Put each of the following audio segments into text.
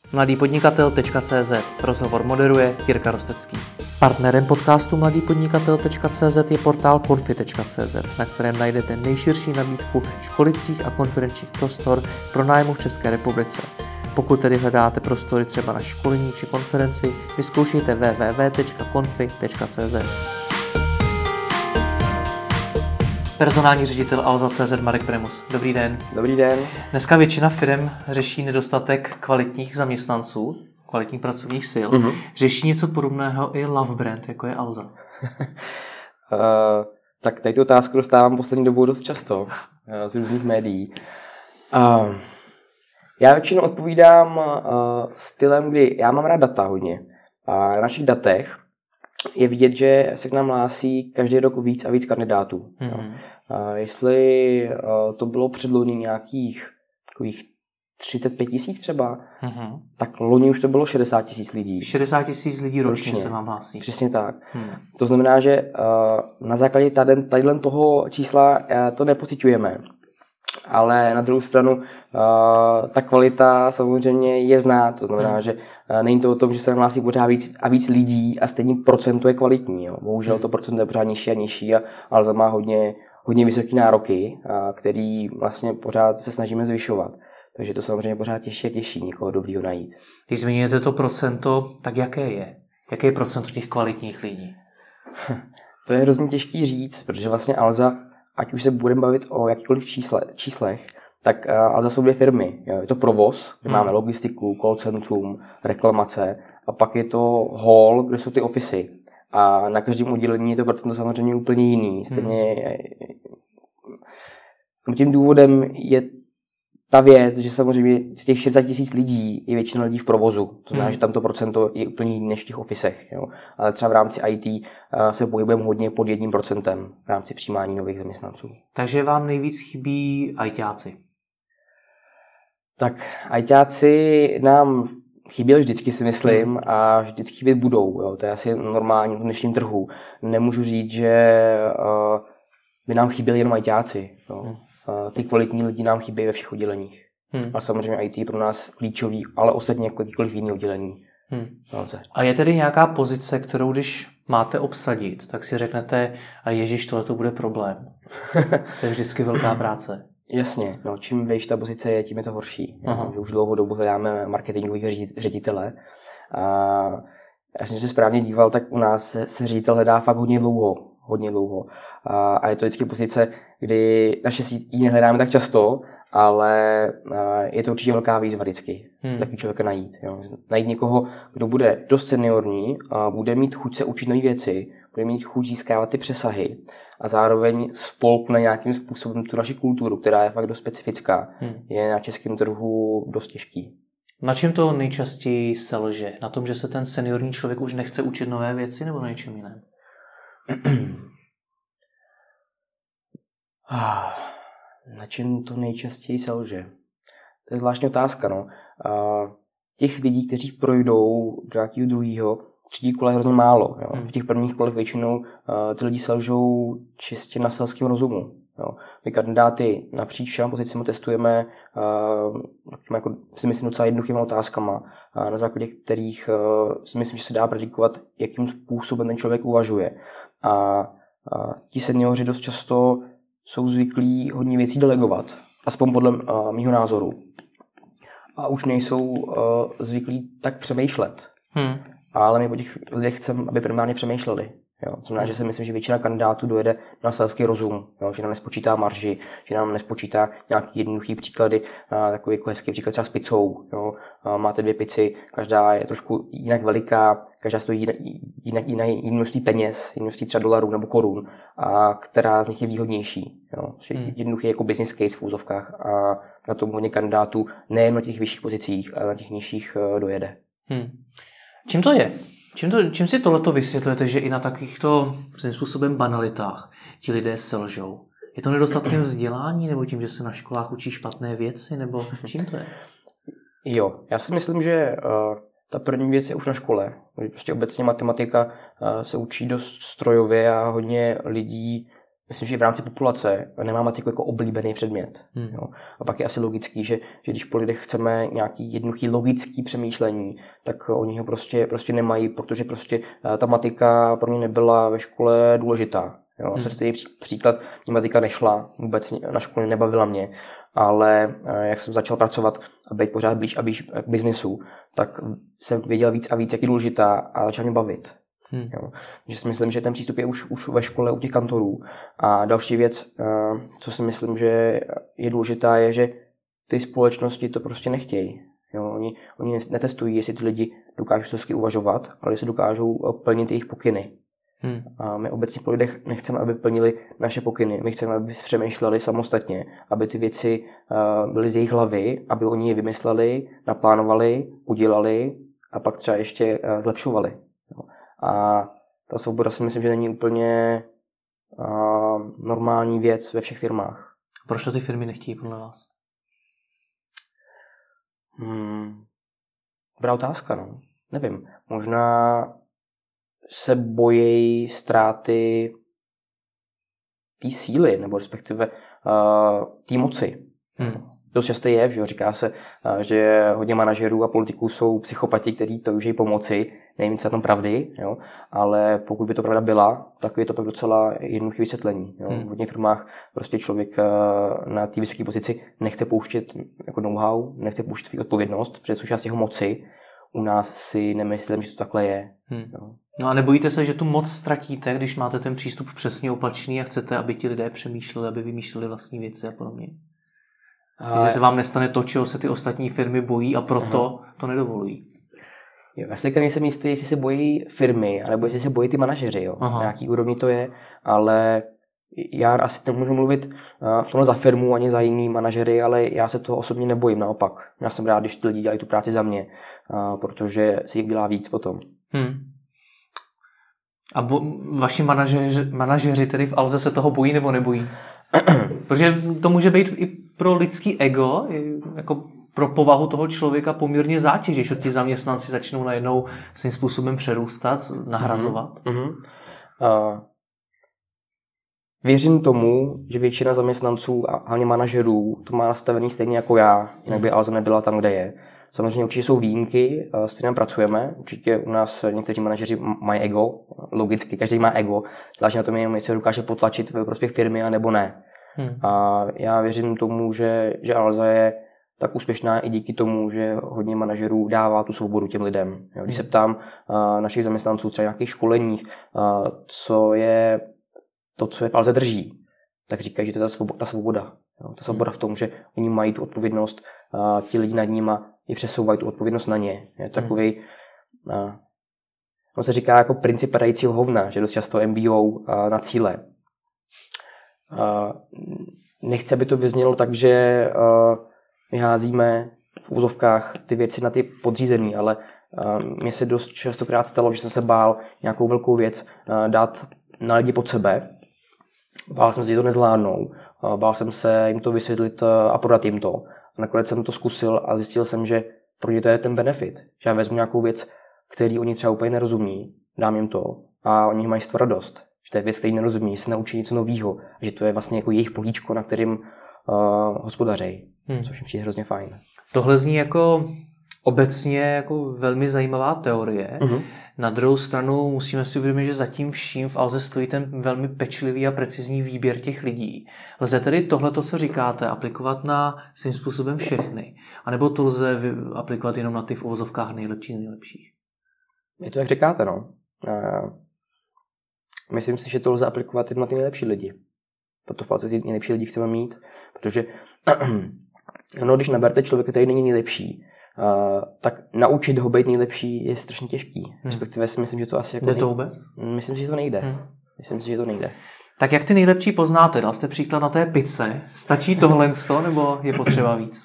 mladýpodnikatel.cz. Rozhovor moderuje Jirka Rostecký. Partnerem podcastu mladýpodnikatel.cz je portál konfi.cz, na kterém najdete nejširší nabídku školicích a konferenčních prostor pro nájmu v České republice. Pokud tedy hledáte prostory třeba na školení či konferenci, vyzkoušejte www.konfi.cz. Personální ředitel Alza.cz Marek Premus. Dobrý den. Dobrý den. Dneska většina firm řeší nedostatek kvalitních zaměstnanců, kvalitních pracovních sil. Řeší něco podobného i love brand, jako je Alza? Tak tady tu otázku dostávám poslední dobou dost často z různých médií. Já většinou odpovídám stylem, kdy já mám rád data hodně. A na našich datech je vidět, že se k nám hlásí každý rok víc a víc kandidátů. Jestli to bylo předloni nějakých takových 35 000 třeba, tak loni už to bylo 60 000 lidí. 60 000 lidí ročně se vám hlásí. Přesně tak. To znamená, že na základě tadyhle toho čísla to nepociťujeme. Ale na druhou stranu ta kvalita samozřejmě je znát. To znamená, že není to o tom, že se nám hlásí pořád víc a víc lidí a stejně procento je kvalitní. Jo. Bohužel to procento je pořád nižší a nižší a Alza má hodně vysoké nároky, který vlastně pořád se snažíme zvyšovat. Takže to samozřejmě pořád těžší a těžší někoho dobrýho najít. Když zmiňujete to procento, tak jaké je? Jaké je procento těch kvalitních lidí? To je hrozně těžký říct, protože vlastně Alza, ať už se budeme bavit o jakýkoliv číslech, tak Alza jsou dvě firmy. Je to provoz, kde máme logistiku, call centrum, reklamace a pak je to hall, kde jsou ty ofisy. A na každém oddělení je to procento samozřejmě úplně jiný. Stejně tím důvodem je ta věc, že samozřejmě z těch 60 000 lidí je většina lidí v provozu. To znamená, že tam to procento je úplně jiný než v těch ofisech. Jo. Ale třeba v rámci IT se pohybujeme hodně pod 1% v rámci přijímání nových zaměstnanců. Takže vám nejvíc chybí ITáci? Tak ITáci nám chyběli vždycky, si myslím, a vždycky chybět budou. Jo. To je asi normální v dnešním trhu. Nemůžu říct, že by nám chyběli jenom ITáci. Jo. Ty kvalitní lidi nám chybějí ve všech odděleních. A samozřejmě IT je pro nás klíčový, ale ostatně jakýkoliv jiný oddělení. A je tedy nějaká pozice, kterou když máte obsadit, tak si řeknete, a ježiš, tohle to bude problém. To je vždycky velká práce. Jasně, no, čím výš ta pozice je, tím je to horší. Už dlouhou dobu hledáme marketingového ředitele. A já jsem se správně díval, tak u nás se ředitel hledá fakt hodně dlouho. A je to vždycky pozice, kdy naše ji nehledáme tak často, ale je to určitě velká výzva vždycky. Takový člověka najít. Jo. Najít někoho, kdo bude dost seniorní, bude mít chuť se učit nové věci, bude mít chuť získávat ty přesahy a zároveň spolkne nějakým způsobem tu naši kulturu, která je fakt dost specifická. Je na českém trhu dost těžký. Na čem to nejčastěji selže? Na tom, že se ten seniorní člověk už nechce učit nové věci, nebo na něčem jiném? Na čem to nejčastěji selže? To je zvláštní otázka. No. Těch lidí, kteří projdou do nějakého druhého, třetí kola je hrozně málo. Jo. V těch prvních kolech většinou ty lidi selžou čistě na selském rozumu. Jo. My kandidáty napříč všem pozicemi testujeme jako, si myslím, docela jednoduchýma otázkama, na základě kterých si myslím, že se dá predikovat, jakým způsobem ten člověk uvažuje. A ti seniori dost často jsou zvyklí hodně věcí delegovat, aspoň podle mýho názoru. A už nejsou zvyklí tak přemýšlet. Ale my po těch lidech chceme, aby primárně přemýšleli. Jo. To znamená, že si myslím, že většina kandidátů dojede na selský rozum, jo. Že nám nespočítá marži, že nám nespočítá nějaký jednoduchý příklady, takový jako hezký příklad třeba s pizzou. Jo. Máte 2 pizzy, každá je trošku jinak veliká, každá stojí jiné množství peněz, jiné množství třeba dolarů nebo korun, a která z nich je výhodnější. Jo. Jednoduchý jako business case v úzovkách a na tom hodně kandidátů nejen na těch vyšších pozicích, ale na těch nižších dojede. Čím to je? Čím si tohleto vysvětlujete, že i na takovýchto svým způsobem banalitách ti lidé selžou? Je to nedostatkem vzdělání, nebo tím, že se na školách učí špatné věci, nebo čím to je? Jo, já si myslím, že ta první věc je už na škole. Prostě obecně matematika se učí dost strojově a hodně lidí myslím, že v rámci populace nemá matiku jako oblíbený předmět. Jo. A pak je asi logický, že když po lidech chceme nějaký jednoduchý logický přemýšlení, tak oni ho prostě nemají, protože prostě ta matika pro ně nebyla ve škole důležitá. Jo. Stejný příklad, matika nešla, vůbec na škole nebavila mě, ale jak jsem začal pracovat a být pořád blíž a blíž k biznisu, tak jsem věděl víc a víc, jak je důležitá a začal mě bavit. Jo. Takže si myslím, že ten přístup je už ve škole u těch kantorů. A další věc, co si myslím, že je důležitá, je, že ty společnosti to prostě nechtějí. Jo. Oni netestují, jestli ty lidi dokážou česky uvažovat, ale jestli dokážou plnit jejich pokyny. A my obecně po lidech nechceme, aby plnili naše pokyny. My chceme, aby si přemýšleli samostatně, aby ty věci byly z jejich hlavy, aby oni je vymysleli, naplánovali, udělali a pak třeba ještě zlepšovali. Jo. A ta svoboda si myslím, že není úplně normální věc ve všech firmách. Proč to ty firmy nechtějí podle vás? Dobrá otázka, no. Nevím. Možná se bojí ztráty té síly, nebo respektive té moci. Dost často je, že říká se, že hodně manažerů a politiků jsou psychopati, kteří to využijí pomoci. Nevím, co je tam pravdy, jo? Ale pokud by to pravda byla, tak je to pak docela jednoduché vysvětlení. Jo? V hodně firmách prostě člověk na té vysoké pozici nechce pouštět jako know-how, nechce pouštět svou odpovědnost, protože součást jeho moci. U nás si nemyslím, že to takhle je. Jo? No a nebojíte se, že tu moc ztratíte, když máte ten přístup přesně opačný a chcete, aby ti lidé přemýšleli, aby vymýšleli vlastní věci a podobně? Jestli se vám nestane to, čeho se ty ostatní firmy bojí a proto to nedovolují. Jo, já si nejsem jistý, jestli se bojí firmy, anebo jestli se bojí ty manažeři. Jo. Na jaký úrovni to je, ale já asi nemůžu mluvit v tomhle za firmu ani za jiný manažery, ale já se toho osobně nebojím, naopak. Já jsem rád, když ty lidi dělají tu práci za mě, protože si jich dělá víc potom. A vaši manažeři tedy v Alze se toho bojí nebo nebojí? Protože to může být i pro lidský ego, jako pro povahu toho člověka poměrně zátěž, když ti zaměstnanci začnou najednou svým způsobem přerůstat, nahrazovat. Věřím tomu, že většina zaměstnanců a hlavně manažerů to má nastavený stejně jako já, jinak by Alza nebyla tam, kde je. Samozřejmě určitě jsou výjimky, s kterými pracujeme. Určitě u nás někteří manažeři mají ego, logicky, každý má ego, zvlášť na tom jenom, jestli dokáže potlačit ve prospěch firmy, a nebo ne. A já věřím tomu, že Alza je tak úspěšná i díky tomu, že hodně manažerů dává tu svobodu těm lidem. Když se ptám našich zaměstnanců třeba nějakých školeních, co je to, co je v Alze drží, tak říkají, že to je ta svoboda. Ta svoboda v tom, že oni mají tu odpovědnost, ti lidi nad nima je přesouvají tu odpovědnost na ně. Je takový, on se říká jako princip padajícího hovna, že dost často MBO na cíle. Nechci, aby to vyznělo tak, že vyházíme v úzovkách ty věci na ty podřízený, ale mně se dost častokrát stalo, že jsem se bál nějakou velkou věc dát na lidi pod sebe. Bál jsem se, že to nezvládnou. Bál jsem se jim to vysvětlit a prodat jim to. A nakonec jsem to zkusil a zjistil jsem, že pro ně to je ten benefit. Že já vezmu nějakou věc, který oni třeba úplně nerozumí, dám jim to a oni mají z toho radost. Že to je věc, který nerozumí, že se naučí něco nového. Že to je vlastně jako jejich políčko, na kterým hospodařejí. Což mi přijde hrozně fajn. Tohle zní jako obecně jako velmi zajímavá teorie. Na druhou stranu musíme si uvědomit, že zatím vším v Alze stojí ten velmi pečlivý a precizní výběr těch lidí. Lze tedy tohleto, co říkáte, aplikovat na svým způsobem všechny? A nebo to lze aplikovat jenom na ty v uvozovkách nejlepších? Je to, jak říkáte, no. Myslím si, že to lze aplikovat jenom na ty nejlepší lidi. Proto v Alze ty nejlepší lidi chceme mít, protože když naberte člověka, který není nejlepší, tak naučit ho být nejlepší je strašně těžký. Respektive si myslím, že to asi jako jde to vůbec? Myslím si, že to nejde. Myslím si, že to nejde. Tak jak ty nejlepší poznáte? Dal jste příklad na té pizze. Stačí tohle nebo je potřeba víc?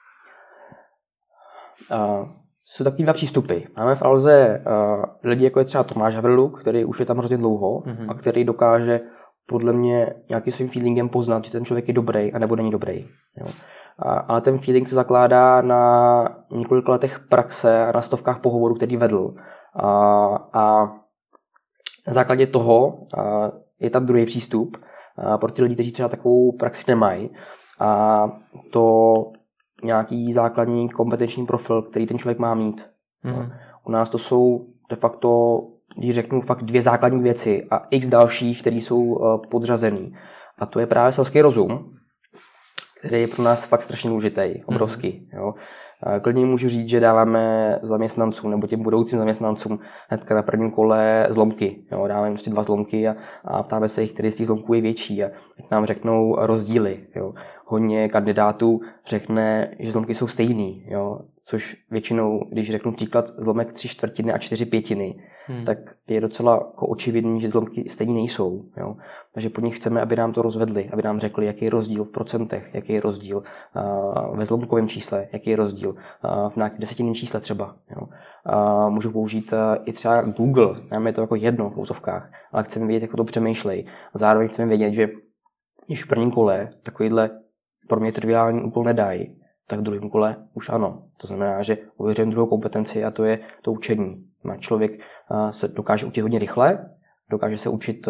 Jsou takový dva přístupy. Máme v Alze lidi, jako je třeba Tomáš Havrluk, který už je tam hrozně dlouho a který dokáže podle mě nějakým svým feelingem poznat, že ten člověk je dobrý a nebo není dobrý. Jo. Ale ten feeling se zakládá na několika letech praxe a na stovkách pohovorů, který vedl. A na základě toho je tam druhý přístup, pro ty lidi, kteří třeba takovou praxi nemají. A to nějaký základní kompetenční profil, který ten člověk má mít. U nás to jsou de facto, když řeknu fakt 2 základní věci a x dalších, které jsou podřazený. A to je právě selský rozum, který je pro nás fakt strašně důležitý, obrovský. Jo. Klidně můžu říct, že dáváme zaměstnancům nebo těm budoucím zaměstnancům hnedka na prvním kole zlomky. Jo. Dáváme prostě 2 zlomky a ptáme se jich, který z těch zlomků je větší a nám řeknou rozdíly. Jo. Hodně kandidátů řekne, že zlomky jsou stejný, jo. Což většinou, když řeknu příklad zlomek 3/4 a 4/5, tak je docela jako očividný, že zlomky stejný nejsou. Jo. Takže po nich chceme, aby nám to rozvedli, aby nám řekli, jaký je rozdíl v procentech, jaký je rozdíl ve zlomkovém čísle, jaký je rozdíl v nějakém desetiném čísle třeba. Jo. Můžu použít i třeba Google, máme to jako jedno v úzovkách, ale chceme vědět, jak to přemýšlej. A zároveň chceme vědět, že když v prvním kole takovýhle pro mě triviální úkol nedají, tak v druhém kole už ano. To znamená, že ověřujeme druhou kompetenci a to je to učení. Člověk se dokáže učit hodně rychle, dokáže se učit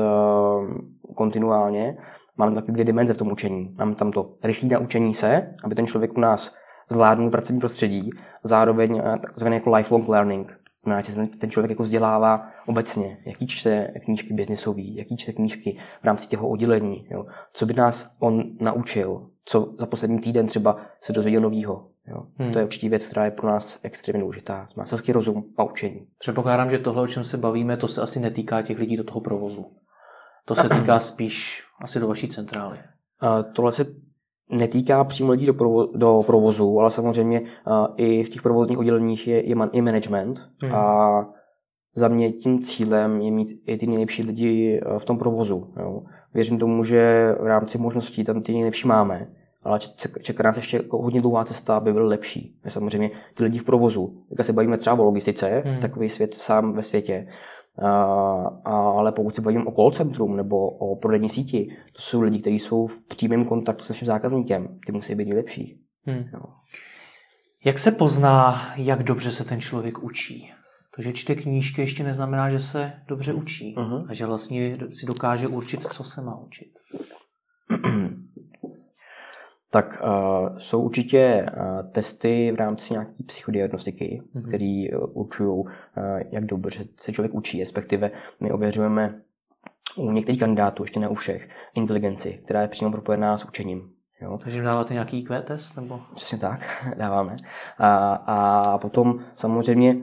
kontinuálně. Máme takové 2 dimenze v tom učení. Máme tam to rychlé naučení se, aby ten člověk u nás zvládnul pracovní prostředí, zároveň takzvaný jako lifelong learning. Znamená, že se ten člověk jako vzdělává obecně, jaký čte knížky biznisový, jaký čte knížky v rámci těho oddělení, jo. Co by nás on naučil, co za poslední týden třeba se dozvěděl novýho. Jo. To je určitě věc, která je pro nás extrémně důležitá. Má selský rozum a učení. Předpokládám, že tohle, o čem se bavíme, to se asi netýká těch lidí do toho provozu. To se týká spíš asi do vaší centrály. Tohle se netýká přímo lidí do provozu, ale samozřejmě i v těch provozních odděleních je i management. A za mě tím cílem je mít i ty nejlepší lidi v tom provozu. Jo. Věřím tomu, že v rámci možností tam ty nejlepší máme, ale čeká nás ještě hodně dlouhá cesta, aby byl lepší. Samozřejmě ty lidi v provozu, jak se bavíme třeba o logistice, takový svět sám ve světě, ale pokud se bavíme o call centrum nebo o prodejní síti, to jsou lidi, kteří jsou v přímém kontaktu s naším zákazníkem, ty musí být nejlepší. Jak se pozná, jak dobře se ten člověk učí? To, že čte knížky, ještě neznamená, že se dobře učí. A že vlastně si dokáže určit, co se má učit. Tak jsou určitě testy v rámci nějaké psychodiagnostiky, které určují, jak dobře se člověk učí, respektive my ověřujeme u některých kandidátů, ještě ne u všech, inteligenci, která je přímo propojená s učením. Jo. Takže dáváte nějaký IQ test? Nebo? Přesně tak, dáváme. A potom samozřejmě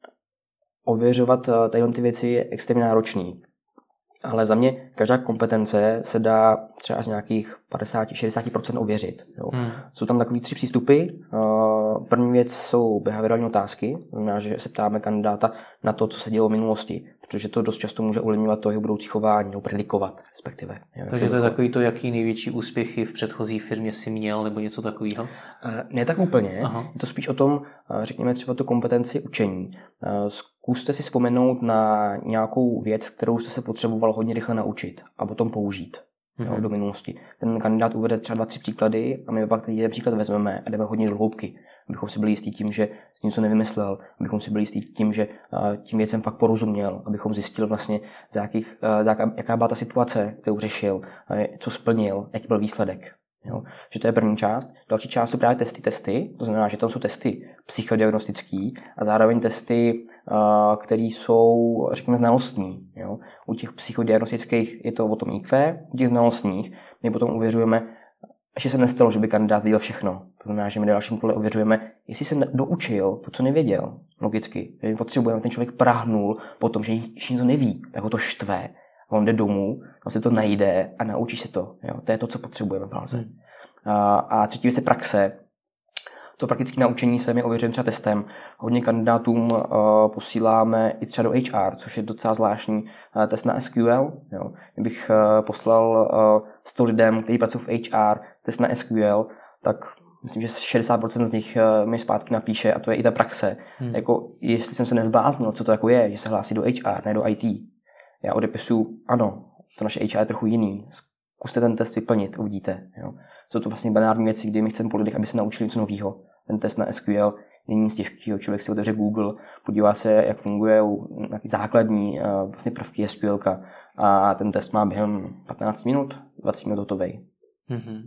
ověřovat tyhle ty věci je extrémně náročný. Ale za mě každá kompetence se dá třeba z nějakých 50-60% ověřit. Jo. Jsou tam takový 3 přístupy. První věc jsou behaviorální otázky, znamená, že se ptáme kandidáta na to, co se dělo v minulosti, protože to dost často může ovlivňovat to jeho budoucí chování, nebo predikovat, respektive. Jo. Takže to je takový to, jaký největší úspěchy v předchozí firmě si měl, nebo něco takového? Ne tak úplně. Je to spíš o tom, řekněme třeba tu kompetenci učení. Zkuste si vzpomenout na nějakou věc, kterou jste se potřeboval hodně rychle naučit a potom použít do minulosti. Ten kandidát uvede třeba 2-3 příklady a my pak ten jeden příklad vezmeme a jdeme hodně do hloubky, abychom si byli jistí tím, že si něco nevymyslel, abychom si byli jistí tím, že tím věcem fakt porozuměl, abychom zjistili vlastně, jaká byla ta situace, kterou řešil, co splnil, jaký byl výsledek. Jo. Že to je první část. Další část jsou právě testy, to znamená, že tam jsou testy psychodiagnostický a zároveň testy, které jsou, řekněme, znalostní. Jo. U těch psychodiagnostických je to o tom IQ, u těch znalostních my potom ověřujeme, ještě se nestalo, že by kandidát věděl všechno. To znamená, že my na dalším kole ověřujeme, jestli se doučil to, co nevěděl, logicky. Že my potřebujeme, ten člověk prahnul po tom, že něco neví, tak ho to štve. On jde domů, on si to najde a naučí se to. Jo. To je to, co potřebujeme v Praze. A třetí věc je praxe. To praktické naučení se my ověřujeme třeba testem. Hodně kandidátům posíláme i třeba do HR, což je docela zvláštní test na SQL. Jo. Kdybych poslal 100 lidem, kteří pracují v HR, test na SQL, tak myslím, že 60% z nich mi zpátky napíše, a to je i ta praxe. Jako, jestli jsem se nezbláznil, co to jako je, že se hlásí do HR, ne do IT. Já odepisuju, ano, to naše HR je trochu jiný. Zkuste ten test vyplnit, uvidíte. Jo. Jsou to vlastně banální věci, kdy my chceme po lidech, aby se naučili něco nového. Ten test na SQL není nic těžkého. Člověk si otevře Google, podívá se, jak funguje základní vlastně prvky SQL a ten test má během 15 minut, 20 minut hotovej. Mm-hmm.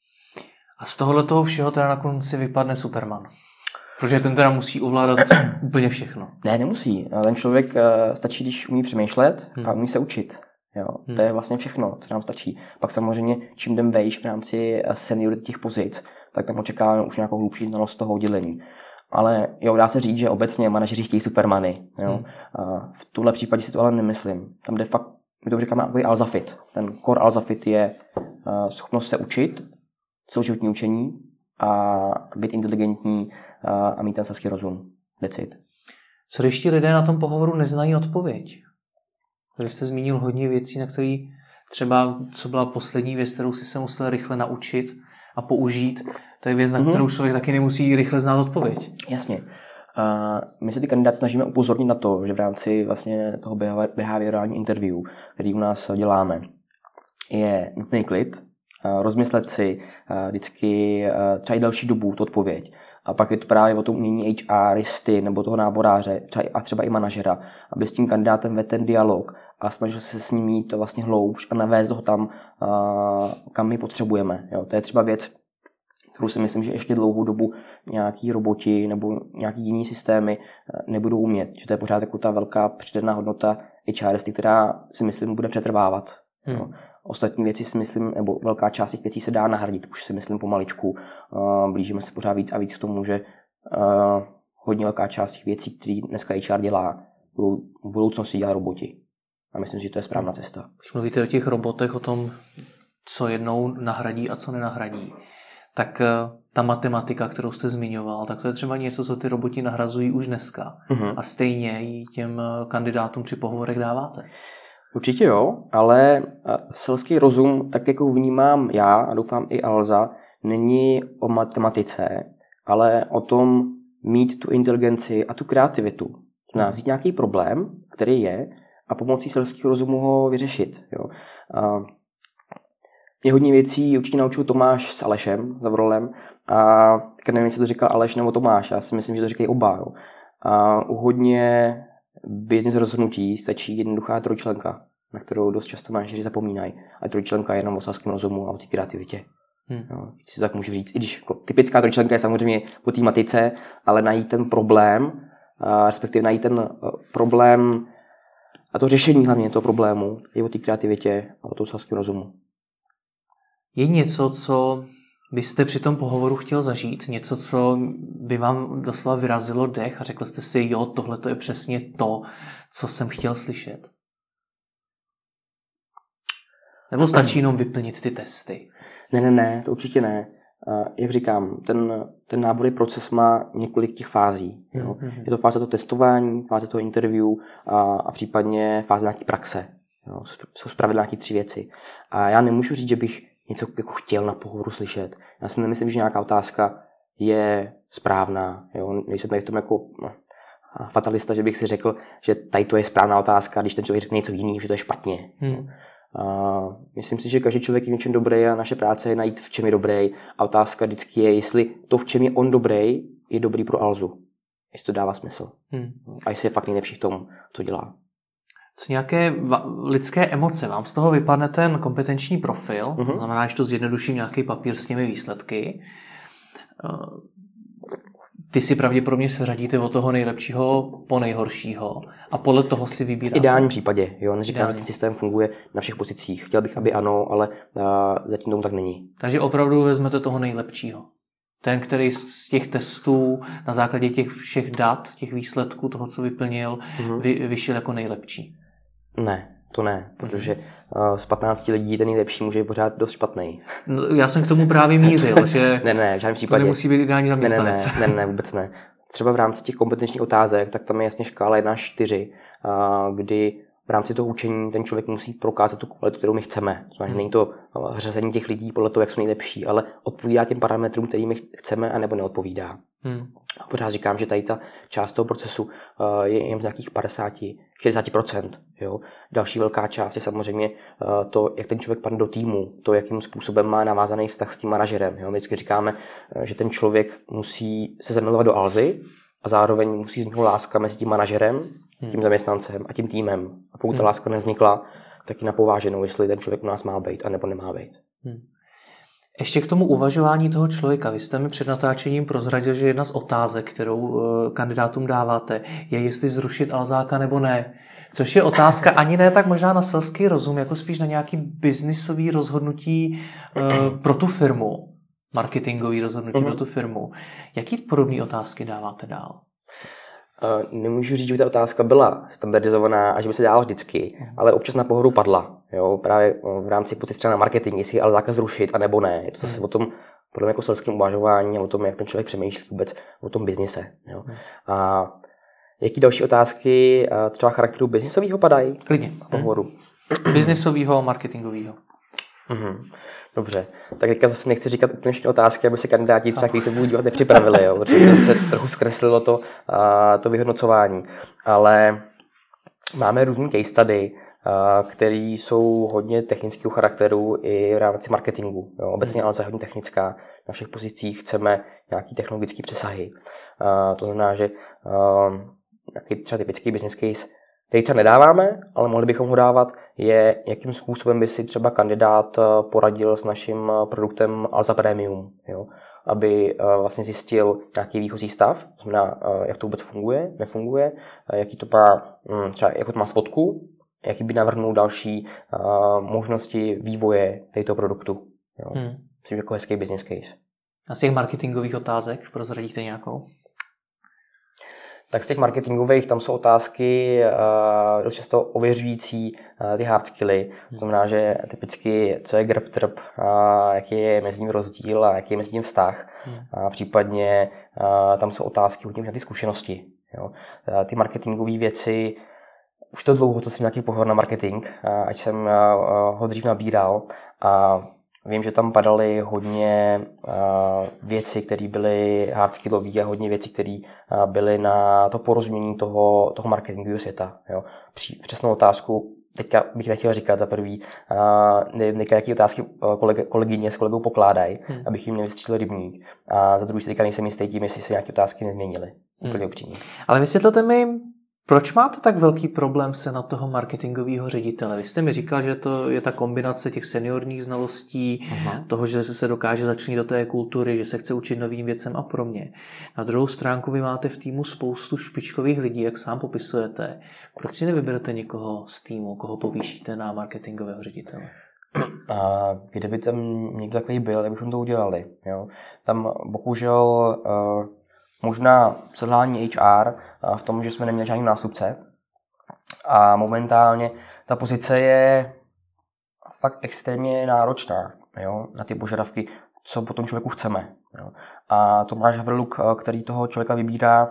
A z tohoto všeho teda na konci vypadne Superman. Protože ten teda musí ovládat úplně všechno. Ne, nemusí. Ten člověk stačí, když umí přemýšlet a umí se učit. Jo, to je vlastně všechno, co nám stačí. Pak samozřejmě, čím jdem vejš v rámci seniority těch pozic, tak tam očekáváme už nějakou hlubší znalost toho oddělení. Ale jo, dá se říct, že obecně manažeři chtějí supermany. Jo. V tuhle případě si to ale nemyslím. Tam jde fakt, my to říkáme takový alzafit. Ten core alzafit je schopnost se učit, celoživotní učení a být inteligentní a mít ten selský rozum. That's it. Co když ti lidé na tom pohovoru neznají odpověď? Vy jste zmínil hodně věcí, na které třeba, co byla poslední věc, kterou si se musel rychle naučit a použít. To je věc, na kterou člověk taky nemusí rychle znát odpověď. Jasně. My se ty kandidáty snažíme upozornit na to, že v rámci vlastně toho behaviorální interview, který u nás děláme, je nutný klid, rozmyslet si vždycky třeba i další dobu tu odpověď. A pak je to právě o tom umění HRisty nebo toho náboráře a třeba i manažera, aby s tím kandidátem vedl ten dialog a snažil se s ním jít vlastně hloubš a navést ho tam, kam my potřebujeme. Jo, to je třeba věc, kterou si myslím, že ještě dlouhou dobu nějaký roboti nebo nějaký jiný systémy nebudou umět. Že to je pořád jako ta velká přidaná hodnota HRisty, která si myslím bude přetrvávat. Jo. Ostatní věci si myslím, nebo velká část těch věcí se dá nahradit, už si myslím pomaličku. Blížíme se pořád víc a víc k tomu, že hodně velká část těch věcí, které dneska HR dělá, v budoucnosti dělá roboti. A myslím, že to je správná cesta. Když mluvíte o těch robotech, o tom, co jednou nahradí a co nenahradí, tak ta matematika, kterou jste zmiňoval, tak to je třeba něco, co ty roboti nahrazují už dneska. A stejně ji těm kandidátům při pohovorech dáváte. Určitě jo, ale selský rozum, tak jako vnímám já a doufám i Alza, není o matematice, ale o tom mít tu inteligenci a tu kreativitu. Znamená vzít nějaký problém, který je, a pomocí selského rozumu ho vyřešit. Jo. Mě hodně věcí určitě naučil Tomáš s Alešem, Zavrolem, a nevím, jestli to říkal Aleš nebo Tomáš, já si myslím, že to říkají oba. Jo. A u hodně business rozhodnutí stačí jednoduchá trojčlenka, na kterou dost často manažeři zapomínají. A trojčlenka je jenom o selském rozumu a o té kreativitě. No, si tak můžu říct. I když jako, typická trojčlenka je samozřejmě po té matice, ale najít ten problém, respektive najít ten problém a to řešení hlavně toho problému je o té kreativitě a o tom selském rozumu. Je něco, co byste při tom pohovoru chtěl zažít? Něco, co by vám doslova vyrazilo dech a řekl jste si, jo, tohle to je přesně to, co jsem chtěl slyšet? Nebo stačí jenom vyplnit ty testy? Ne, to určitě ne. Jak říkám, ten nábor proces má několik těch fází. Jo. Je to fáze toho testování, fáze toho interview a případně fáze nějaké praxe. Jo. Jsou zpravidla nějaké 3 věci. A já nemůžu říct, že bych něco jako chtěl na pohovoru slyšet. Já si nemyslím, že nějaká otázka je správná. Jo. Nejsem tady v tom jako fatalista, že bych si řekl, že tady to je správná otázka, když ten člověk řekne něco jiného, že to je špatně. Myslím si, že každý člověk je v něčem dobrý a naše práce je najít, v čem je dobrý. A otázka vždycky je, jestli to, v čem je on dobrý, je dobrý pro Alzu. Jestli to dává smysl. A jestli je fakt nejlepší v tom, co dělá. Co nějaké lidské emoce? Vám z toho vypadne ten kompetenční profil, znamená, že to zjednoduším nějaký papír s těmi výsledky. Ty si pravděpodobně seřadíte od toho nejlepšího po nejhoršího a podle toho si vybíráte. V ideálním případě, jo, neříkám, že ten systém funguje na všech pozicích. Chtěl bych, aby ano, ale zatím tomu tak není. Takže opravdu vezmete toho nejlepšího. Ten, který z těch testů na základě těch všech dat, těch výsledků, toho, co vyplnil, vyšel jako nejlepší. Ne, to ne, protože z 15 lidí ten nejlepší může být pořád dost špatný. No, já jsem k tomu právě mířil, že ne, v žádném případě. To nemusí být ideální zaměstnanec. Ne, vůbec ne. Třeba v rámci těch kompetenčních otázek, tak tam je jasně škála 1 až 4, kdy v rámci toho učení ten člověk musí prokázat tu kvalitu, kterou my chceme. Znamená, není to řazení těch lidí podle toho, jak jsou nejlepší, ale odpovídá těm parametrům, kterým my chceme, anebo neodpovídá. A pořád říkám, že tady ta část toho procesu je jen z nějakých 50-60%. Jo. Další velká část je samozřejmě to, jak ten člověk padne do týmu, to, jakým způsobem má navázaný vztah s tím manažerem. Jo. My vždycky říkáme, že ten člověk musí se zamilovat do Alzy a zároveň musí vzniknout láska mezi tím manažerem, tím zaměstnancem a tím týmem. A pokud ta láska nevznikla, taky na pováženou, jestli ten člověk u nás má být, anebo nemá být. Ještě k tomu uvažování toho člověka. Vy jste mi před natáčením prozradil, že jedna z otázek, kterou kandidátům dáváte, je, jestli zrušit Alzáka nebo ne. Což je otázka ani ne tak možná na selský rozum, jako spíš na nějaký biznisový rozhodnutí pro tu firmu, marketingový rozhodnutí pro tu firmu. Jaký podobné otázky dáváte dál? Nemůžu říct, že by ta otázka byla standardizovaná a že by se dála vždycky, ale občas na pohodu padla. Jo? Právě v rámci pozice třeba na marketing, jestli Alzáka zrušit a nebo ne. Je to zase o tom podle mě jako selském uvažování a o tom, jak ten člověk přemýšlí vůbec o tom biznise. Jo? A jaký další otázky třeba charakteru biznisového padají? Klidně. Pohodu. Biznisového, marketingového. Dobře, tak teďka zase nechci říkat úplně všechny otázky, aby se kandidáti třeba, kteří se budou dívat, nepřipravili, jo, protože se trochu zkreslilo to vyhodnocování. Ale máme různý case study, které jsou hodně technického charakteru i v rámci marketingu. Jo. Obecně ale hodně technická. Na všech pozicích chceme nějaký technologický přesahy. To znamená, že nějaký třeba typický business case, který třeba nedáváme, ale mohli bychom ho dávat, je, jakým způsobem by si třeba kandidát poradil s naším produktem Alza Premium, jo? Aby vlastně zjistil nějaký výchozí stav, to znamená, jak to vůbec funguje, nefunguje, jaký to má, třeba jako to má svodku, jaký by navrhnul další možnosti vývoje této produktu. Jo? Myslím, jako hezký business case. A z těch marketingových otázek prozradíte nějakou? Tak z těch marketingových tam jsou otázky dost často ověřující ty hard skilly. To znamená, že typicky, co je grb trb, jaký je mezi ním rozdíl a jaký je mezi ním vztah. Případně tam jsou otázky hodně na ty zkušenosti. Jo. Ty marketingové věci, už to dlouho, co jsem nějaký pohled na marketing, ať jsem ho dřív nabíral. A vím, že tam padaly hodně věci, které byly hardskillové a hodně věcí, které byly na to porozumění toho marketingového světa. Jo. Přesnou otázku teďka bych nechtěl říkat za prvý, nevím, jaké otázky kolegyně s kolegou pokládají, abych jim nevystřílel rybník. A za druhý si teďka nejsem jistý tím, jestli se nějaké otázky nezměnily. Úplně upřímně. Ale vysvětlete mi, proč máte tak velký problém se na toho marketingového ředitele? Vy jste mi říkal, že to je ta kombinace těch seniorních znalostí, toho, že se dokáže začlenit do té kultury, že se chce učit novým věcem a podobně. Na druhou stránku vy máte v týmu spoustu špičkových lidí, jak sám popisujete. Proč si nevyberete někoho z týmu, koho povýšíte na marketingového ředitele? A kdyby tam někdo takový byl, tak bychom to udělali. Jo? Tam bohužel možná selhání HR v tom, že jsme neměli žádný nástupce a momentálně ta pozice je fakt extrémně náročná, jo, na ty požadavky, co po tom člověku chceme. Jo. A Tomáš Havrluk, který toho člověka vybírá,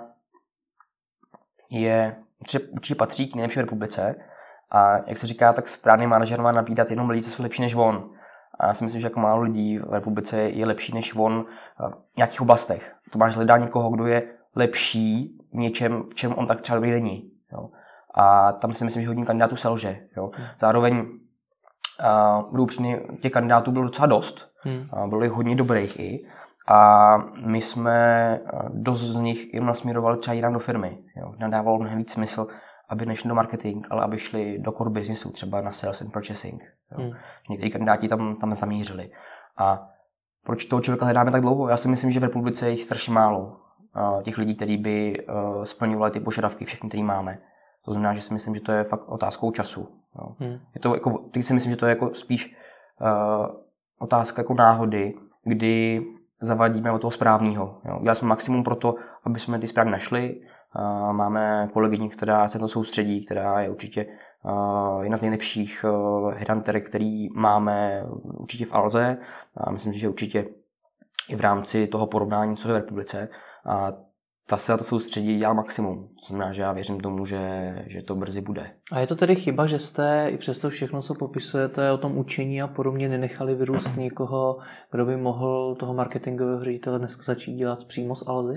určitě patří k nejlepší v republice a jak se říká, tak správný manažer má nabídat jenom lidi, co jsou lepší než on. A já si myslím, že jako málo lidí v republice je lepší než on v nějakých oblastech. Tomáš hledá někoho, kdo je lepší v něčem, v čem on tak třeba dobrý není. Jo. A tam si myslím, že hodně kandidátů selže. Jo. Zároveň budu upřímný, těch kandidátů bylo docela dost. Bylo jich hodně dobrých i. A my jsme dost z nich jim nasměrovali třeba jinam do firmy. Jo. Nadávalo mnohem víc smysl, aby nešli do marketing, ale aby šli do core businessu, třeba na sales and purchasing. Někteří kandidáti tam zamířili. A proč toho člověka hledáme tak dlouho? Já si myslím, že v republice je jich strašně málo. Těch lidí, kteří by splňovali ty požadavky, všechny, které máme. To znamená, že si myslím, že to je fakt otázkou času. Je to jako, teď si myslím, že to je jako spíš otázka jako náhody, kdy zavadíme od toho správného. Udělali jsme maximum pro to, aby jsme ty správně našli. Máme kolegyni, která se to soustředí, která je určitě jedna z nejlepších headhunterek, který máme určitě v Alze. A myslím si, že určitě i v rámci toho porovnání, co je v republice. A ta se na to soustředí, dělá maximum. To znamená, že já věřím tomu, že to brzy bude. A je to tedy chyba, že jste i přesto všechno, co popisujete o tom učení a podobně, nenechali vyrůst někoho, kdo by mohl toho marketingového ředitele dneska začít dělat přímo z Alzy?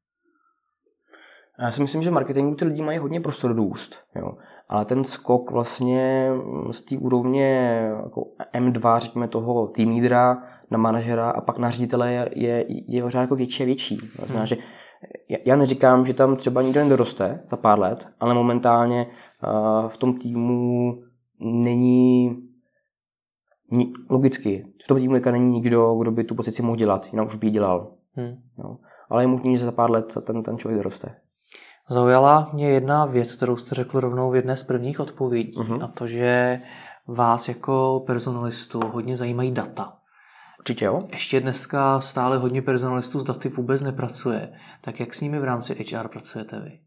Já si myslím, že marketingu ty lidi mají hodně prostor růst. Jo. Ale ten skok vlastně z té úrovně jako M2, řekněme toho team leadera na manažera a pak na ředitele je pořád jako větší a větší. To znamená, že já neříkám, že tam třeba nikdo nedoroste za pár let, ale momentálně v tom týmu není logicky. V tom týmu není nikdo, kdo by tu pozici mohl dělat, jinak už by ji dělal. No. Ale je možný, že za pár let ten člověk doroste. Zaujala mě jedna věc, kterou jste řekl rovnou v jedné z prvních odpovědí, a to, že vás jako personalistu hodně zajímají data. Určitě jo. Ještě dneska stále hodně personalistů s daty vůbec nepracuje. Tak jak s nimi v rámci HR pracujete vy?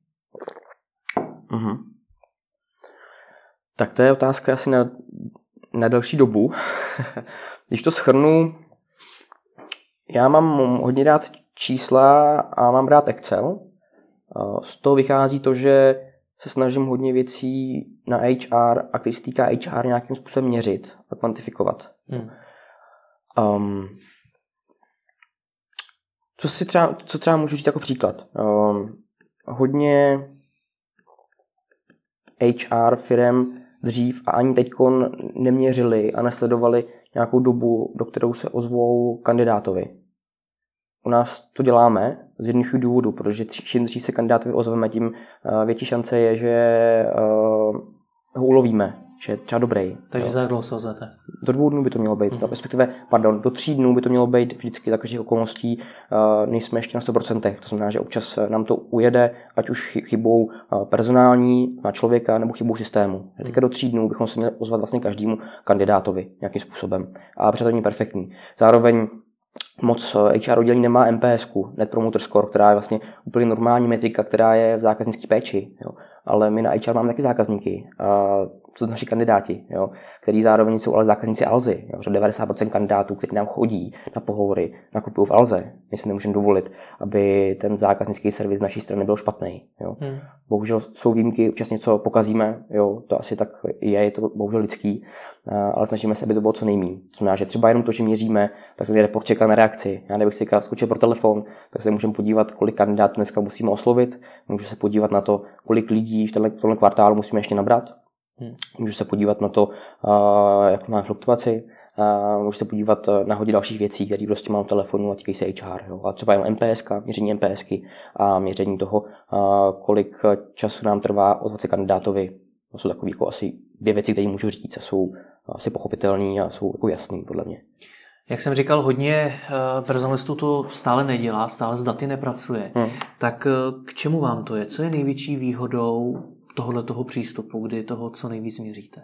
Tak to je otázka asi na delší dobu. Když to shrnu, já mám hodně rád čísla a mám rád Excel. Z toho vychází to, že se snažím hodně věcí na HR a když se týká HR nějakým způsobem měřit a kvantifikovat. Co třeba můžu říct jako příklad? Hodně HR firem dřív a ani teďkon neměřili a nesledovali nějakou dobu, do kterou se ozvou kandidátovi. U nás to děláme z jednoduchých důvodů, protože čím dřív se kandidátovi ozveme, tím větší šance je, že ho ulovíme, že je třeba dobrý. Takže za jak dlouho se ozvete? Do 2 dnů by to mělo být, do 3 dnů by to mělo být vždycky za každých okolností, nejsme ještě na 100%, to znamená, že občas nám to ujede, ať už chybou personální na člověka nebo chybou systému. Teďka do 3 dnů bychom se měli ozvat vlastně každému kandidátovi nějakým způsobem, a protože to není perfektní. Zároveň moc HR oddělení nemá NPS-ku, Net Promoter Score, která je vlastně úplně normální metrika, která je v zákaznické péči. Jo. Ale my na HR máme taky zákazníky, jsou to naši kandidáti, jo, který zároveň jsou ale zákazníci Alzy. Jo. 90% kandidátů, kteří nám chodí na pohovory, nakupují v Alze. My si nemůžeme dovolit, aby ten zákaznický servis z naší strany byl špatný. Jo. Bohužel jsou výjimky, občas něco pokazíme, jo, to asi tak je to bohužel lidský, ale snažíme se, aby to bylo co nejméně. To znamená, že třeba jenom to, že měříme, tak se report čeká na reakci. Já kdybych si skočil pro telefon, tak se můžeme podívat, kolik kandidátů dneska musíme oslovit, můžu se podívat na to, kolik lidí v tomhle kvartálu musíme ještě nabrat, můžu se podívat na to, jak máme fluktuaci, můžu se podívat na hodně dalších věcí, které prostě mám v telefonu a týkají se HR. Jo. A třeba jenom MPSka, měření MPSky a měření toho, kolik času nám trvá ozvat se kandidátovi. To jsou takové jako asi 2 věci, které můžu říct a jsou asi pochopitelné a jsou jako jasný podle mě. Jak jsem říkal, hodně personalistů to stále nedělá, stále s daty nepracuje. Tak k čemu vám to je? Co je největší výhodou tohoto přístupu, kdy toho co nejvíc měříte?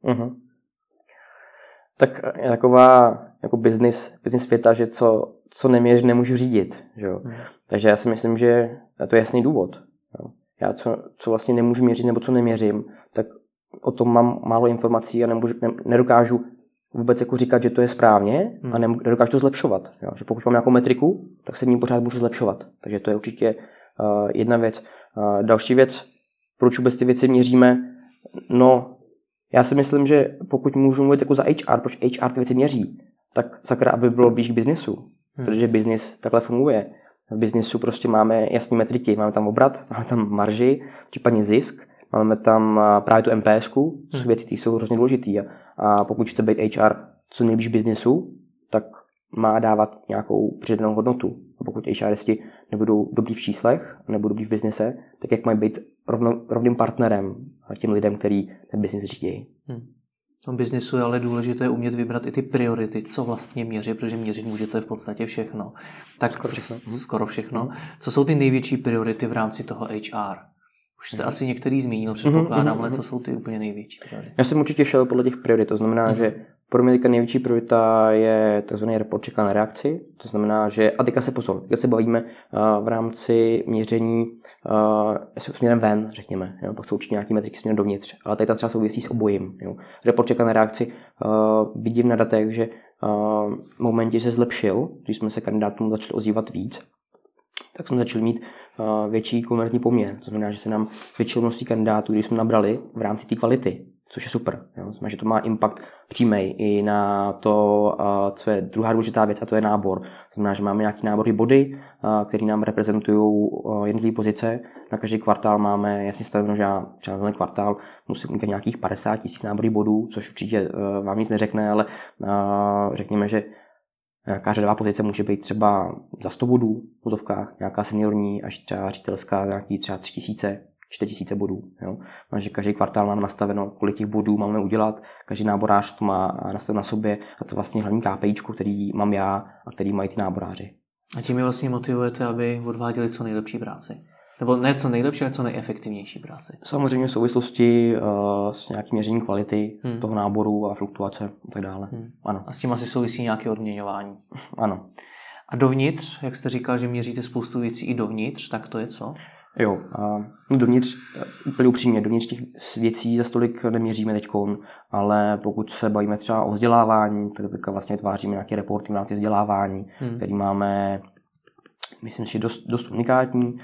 Tak je taková jako business světa, že co neměřím, nemůžu řídit. Že jo? Takže já si myslím, že to je jasný důvod. Jo? Já co vlastně nemůžu měřit nebo co neměřím, tak o tom mám málo informací a nedokážu vůbec jako říkat, že to je správně a nedokážu to zlepšovat. Jo? Že pokud mám nějakou metriku, tak se v ní pořád můžu zlepšovat. Takže to je určitě jedna věc. Další věc, proč vůbec ty věci měříme? No, já si myslím, že pokud můžu mluvit jako za HR, proč HR ty věci měří, tak sakra, aby bylo blíž k biznesu. Protože biznis takhle funguje. V biznesu prostě máme jasné metriky, máme tam obrat, máme tam marži, případně zisk, máme tam právě tu MPSku, to jsou věci, které jsou hrozně důležité. A pokud chce být HR co nejblíž biznesu, tak má dávat nějakou přidanou hodnotu. A pokud HRisti nebudou dobrý v číslech, nebudou dobrý v biznise, tak jak mají být rovným partnerem těm lidem, kteří ten biznis řídí. V tom biznesu je ale důležité umět vybrat i ty priority, co vlastně měří, protože měřit můžete v podstatě všechno. Tak skoro všechno. Co jsou ty největší priority v rámci toho HR? Už jste asi některý zmínil, předpokládám, ale co jsou ty úplně největší priority? Já jsem určitě šel podle těch priorit, to znamená, že pro mě největší priorita je tzv. Report čeká na reakci, to znamená, že, a teďka se bavíme v rámci měření směrem ven, řekněme, jo, pak jsou určitě nějaké metriky směrem dovnitř, ale tady ta třeba souvisí s obojím. Jo. Report čeká na reakci, vidím na datech, že v momentě se zlepšil, když jsme se kandidátům začali ozývat víc, tak jsme začali mít větší konverzní poměr. To znamená, že se nám většilo množství kandidátů, když jsme nabrali v rámci té kvality, což je super. Jo. Znamená, že to má impact přímej i na to, co je druhá důležitá věc, a to je nábor. To znamená, že máme nějaký nábory body, který nám reprezentují jednotlivé pozice. Na každý kvartál máme jasně stanoveno, že já třeba na ten kvartál musím mít nějakých 50 000 nábory bodů, což určitě vám nic neřekne, ale řekněme, že nějaká řadová pozice může být třeba za 100 bodů v úzovkách, nějaká seniorní až třeba ředitelská, nějaký třeba 3000, 4000 bodů. Jo. Takže každý kvartál máme nastaveno, kolik těch bodů máme udělat, každý náborář to má nastaveno na sobě a to vlastně hlavní KPIčko, který mám já a který mají ty náboráři. A tím je vlastně motivujete, aby odváděli co nejlepší práci? Nebo ne co nejlepší, ale co nejefektivnější práci? Samozřejmě v souvislosti s nějakým měřením kvality toho náboru a fluktuace a tak dále. Ano. A s tím asi souvisí nějaké odměňování? Ano. A dovnitř, jak jste říkal, že měříte spoustu věcí i dovnitř, tak to je co? Jo, dovnitř, úplně upřímně, dovnitř těch věcí za stolik neměříme teďkon, ale pokud se bavíme třeba o vzdělávání, tak vlastně tváříme nějaké reporty v rámci vzdělávání, který máme, myslím si, dost unikátní.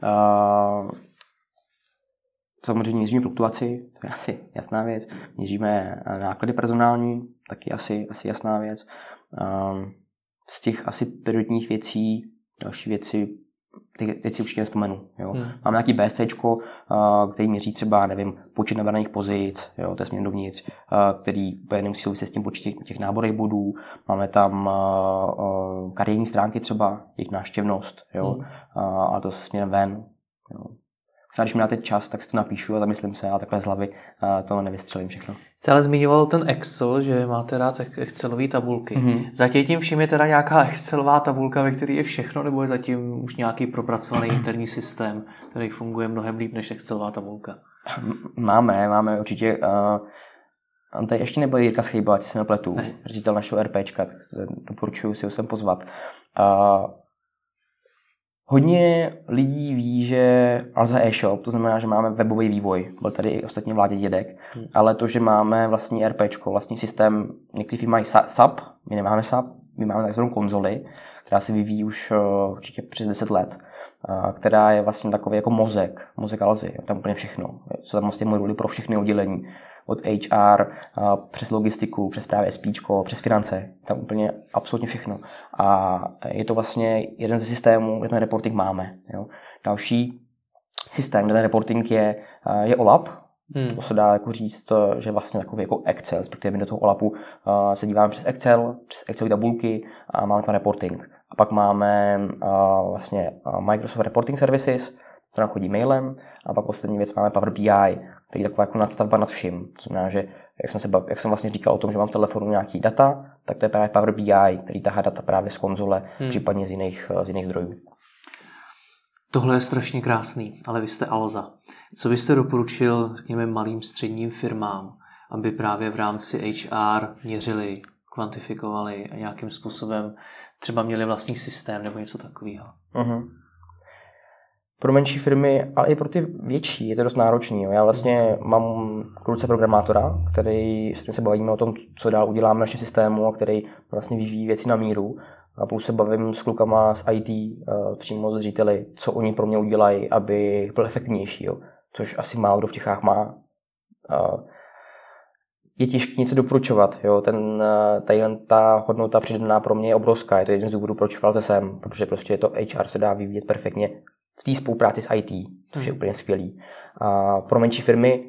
Samozřejmě měříme fluktuaci, to je asi jasná věc. Měříme náklady personální, taky asi jasná věc. Z těch asi prioritních věcí, další věci, teď si určitě nevzpomenu. Jo. Máme nějaký BSCčko, který měří třeba, nevím, počet nabraných pozic, jo, to je směr dovnitř, který nemusí souviset s tím počtem těch náborových bodů. Máme tam kariérní stránky třeba, jejich návštěvnost, jo, a to se směrem ven. Jo. Když mi dáte čas, tak si to napíšu a zamyslím se, ale takhle z hlavy to nevystřelím všechno. Jste ale zmiňoval ten Excel, že máte rád Excelové tabulky. Zatím tím vším je teda nějaká Excelová tabulka, ve které je všechno, nebo je zatím už nějaký propracovaný interní systém, který funguje mnohem líp než Excelová tabulka? Máme určitě. Tady ještě nebyl Jirka Schejbal, ať se nepletu, ředitel našeho RPčka, tak doporučuji si ho sem pozvat. Hodně lidí ví, že Alza e-shop, to znamená, že máme webový vývoj, byl tady i ostatně Vládě Dědek, ale to, že máme vlastní RPčko, vlastní systém, některý firmy mají SAP, my nemáme SAP, my máme takzvanou konzoli, která se vyvíjí už určitě přes 10 let, která je vlastně takový jako mozek Alzy, je tam úplně všechno. Jsou tam vlastně moduly pro všechny oddělení, od HR, přes logistiku, přes právě SPčko, přes finance, tam úplně absolutně všechno. A je to vlastně jeden ze systémů, kde ten reporting máme. Jo. Další systém, kde ten reporting je OLAP. To se dá jako říct, že vlastně takový jako Excel, respektive my do toho OLAPu se díváme přes Excelové tabulky a máme tam reporting. A pak máme vlastně Microsoft Reporting Services, to nám chodí mailem, a pak poslední věc máme Power BI, který je taková jako nadstavba nad vším. To znamená, že jak jsem vlastně říkal o tom, že mám v telefonu nějaký data, tak to je právě Power BI, který tahá data právě z konzole, případně z jiných zdrojů. Tohle je strašně krásný, ale vy jste Alza. Co byste doporučil, řekněme, malým středním firmám, aby právě v rámci HR měřili, kvantifikovali a nějakým způsobem třeba měli vlastní systém nebo něco takového? Pro menší firmy, ale i pro ty větší je to dost náročný. Já vlastně mám k ruce programátora, s kterým se bavíme o tom, co dál uděláme v našem systému a který vlastně vyvíjí věci na míru. A plus se bavím s klukama z IT, přímo s řediteli, co oni pro mě udělají, aby byl efektivnější. Jo. Což asi málo kdo v Čechách má. Je těžké něco doporučovat. Jo. Ta hodnota přidaná pro mě je obrovská. Je to jeden z důvodů, proč v Alze jsem, protože prostě to HR se dá vyvíjet perfektně v té spolupráci s IT, což je úplně skvělý. A pro menší firmy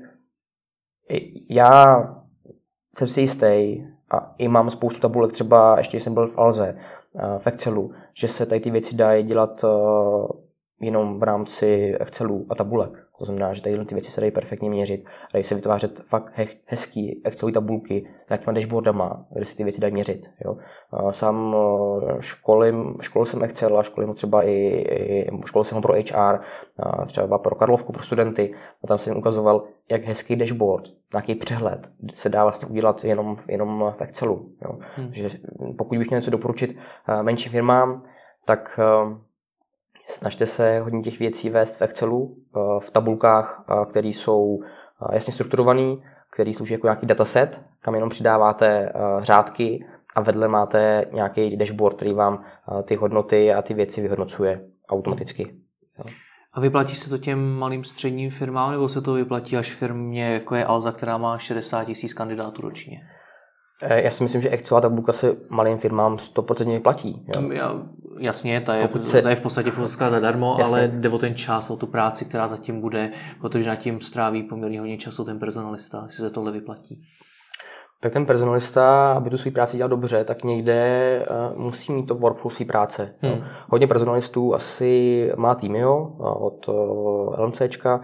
já jsem si jistý a i mám spoustu tabulek, třeba ještě jsem byl v Alze, v Excelu, že se tady ty věci dají dělat jenom v rámci Excelu a tabulek. To znamená, že tady ty věci se dají perfektně měřit. Dají se vytvářet fakt hezký Excelové tabulky s nějakýma dashboardama, kde se ty věci dají měřit. Jo. Sám školil jsem Excel a školil jsem ho pro HR, třeba pro Karlovku, pro studenty. A tam jsem jim ukazoval, jak hezký dashboard, nějaký přehled se dá vlastně udělat jenom v Excelu. Jo. Že pokud bych měl něco doporučit menším firmám, tak snažte se hodně těch věcí vést v Excelu, v tabulkách, které jsou jasně strukturované, které slouží jako nějaký dataset, kam jenom přidáváte řádky a vedle máte nějaký dashboard, který vám ty hodnoty a ty věci vyhodnocuje automaticky. A vyplatí se to těm malým středním firmám, nebo se to vyplatí až firmě, jako je Alza, která má 60 000 kandidátů ročně? Já si myslím, že Excelová tabulka se malým firmám 100% vyplatí. Jasně, ta je v podstatě zadarmo, ale jde o ten čas, o tu práci, která zatím bude, protože nad tím stráví poměrně hodně času ten personalista, jestli se tohle vyplatí. Tak ten personalista, aby tu svou práci dělal dobře, tak někde musí mít to workflow své práce. Hodně personalistů asi má Teamio od LMCčka,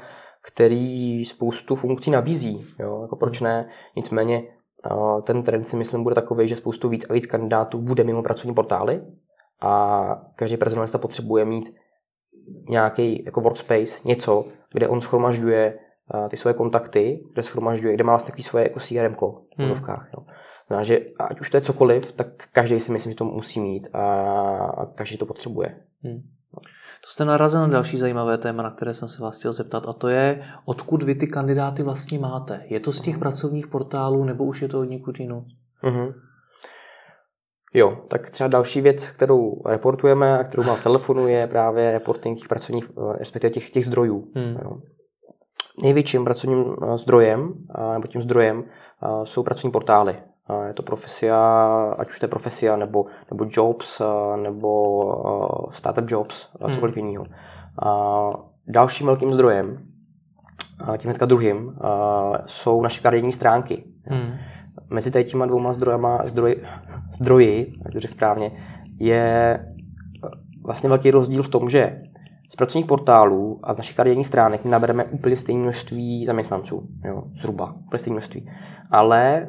který spoustu funkcí nabízí. Jo? Jako proč ne? Nicméně ten trend si myslím bude takový, že spoustu víc a víc kandidátů bude mimo pracovní portály a každý personalista potřebuje mít nějaký jako workspace, něco, kde on shromažďuje ty svoje kontakty, kde má vlastně takový svoje jako CRM-ko v úvodovkách. Znamená, že ať už to je cokoliv, tak každý si myslím, že to musí mít a každý to potřebuje. To jste narazil na další zajímavé téma, na které jsem se vás chtěl zeptat, a to je, odkud vy ty kandidáty vlastně máte. Je to z těch pracovních portálů, nebo už je to od někud jinut? Jo, tak třeba další věc, kterou reportujeme a kterou mám v telefonu, je právě reporting těch pracovních, respektive těch zdrojů. Největším pracovním zdrojem, nebo tím zdrojem, jsou pracovní portály. Je to Profesia, ať už to je Profesia, nebo Jobs, nebo Startup Jobs, cokoliv jiného. Dalším velkým zdrojem, tím hnedka druhým, jsou naše kariérní stránky. Mezi těma dvouma zdroji, jak to řekl správně, je vlastně velký rozdíl v tom, že z pracovních portálů a z našich kariérních stránek nabereme úplně stejné množství zaměstnanců, jo, zhruba, úplně stejné množství. Ale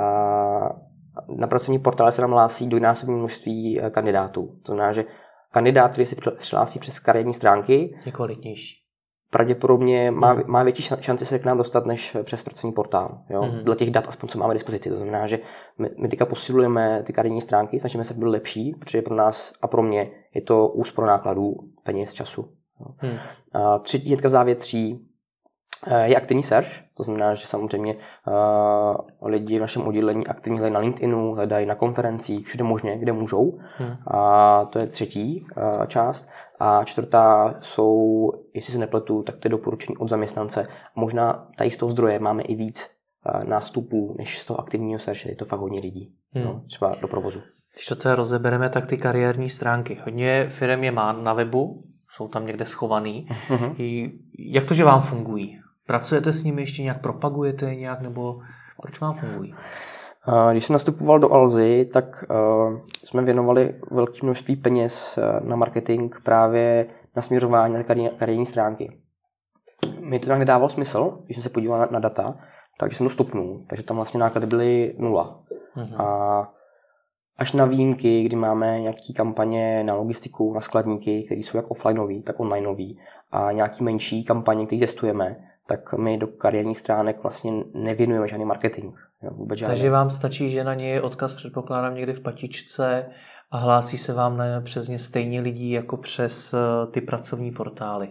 na pracovní portále se nám hlásí dvojnásobné množství kandidátů. To znamená, že kandidát, který se přihlásí přes kariérní stránky, je kvalitnější. Pravděpodobně má větší šanci se k nám dostat než přes pracovní portál. Jo? Dle těch dat, aspoň co máme k dispozici. To znamená, že my teďka posilujeme ty kariérní stránky, snažíme se být lepší, protože pro nás a pro mě je to úspora nákladů, peněz, času. Třetí hnedka v závětří je aktivní search, to znamená, že samozřejmě lidi v našem oddělení aktivně hledají na LinkedInu, hledají na konferencích, všude možně, kde můžou. A to je třetí část. A čtvrtá jsou, jestli se nepletu, tak to je doporučení od zaměstnance. Možná tady z toho zdroje máme i víc nástupů, než z toho aktivního searche, je to fakt hodně lidí, no, třeba do provozu. Když to teda rozebereme, tak ty kariérní stránky. Hodně firem je má na webu, jsou tam někde schovaný. Jak to, že vám fungují? Pracujete s nimi, ještě nějak propagujete nějak, nebo proč vám fungují? Když jsem nastupoval do Alzy, tak jsme věnovali velké množství peněz na marketing právě na směřování na kariérní stránky. Mi to tak nedávalo smysl, když jsem se podíval na data, takže jsem to stopnul, takže tam vlastně náklady byly 0. A až na výjimky, kdy máme nějaké kampaně na logistiku, na skladníky, které jsou jak offlineový, tak onlineový, a nějaký menší kampaně, které testujeme, tak my do kariérních stránek vlastně nevěnujeme žádný marketing. Vůbec žádný. Takže vám stačí, že na ně je odkaz, předpokládám, někdy v patičce a hlásí se vám přes ně stejně lidí jako přes ty pracovní portály.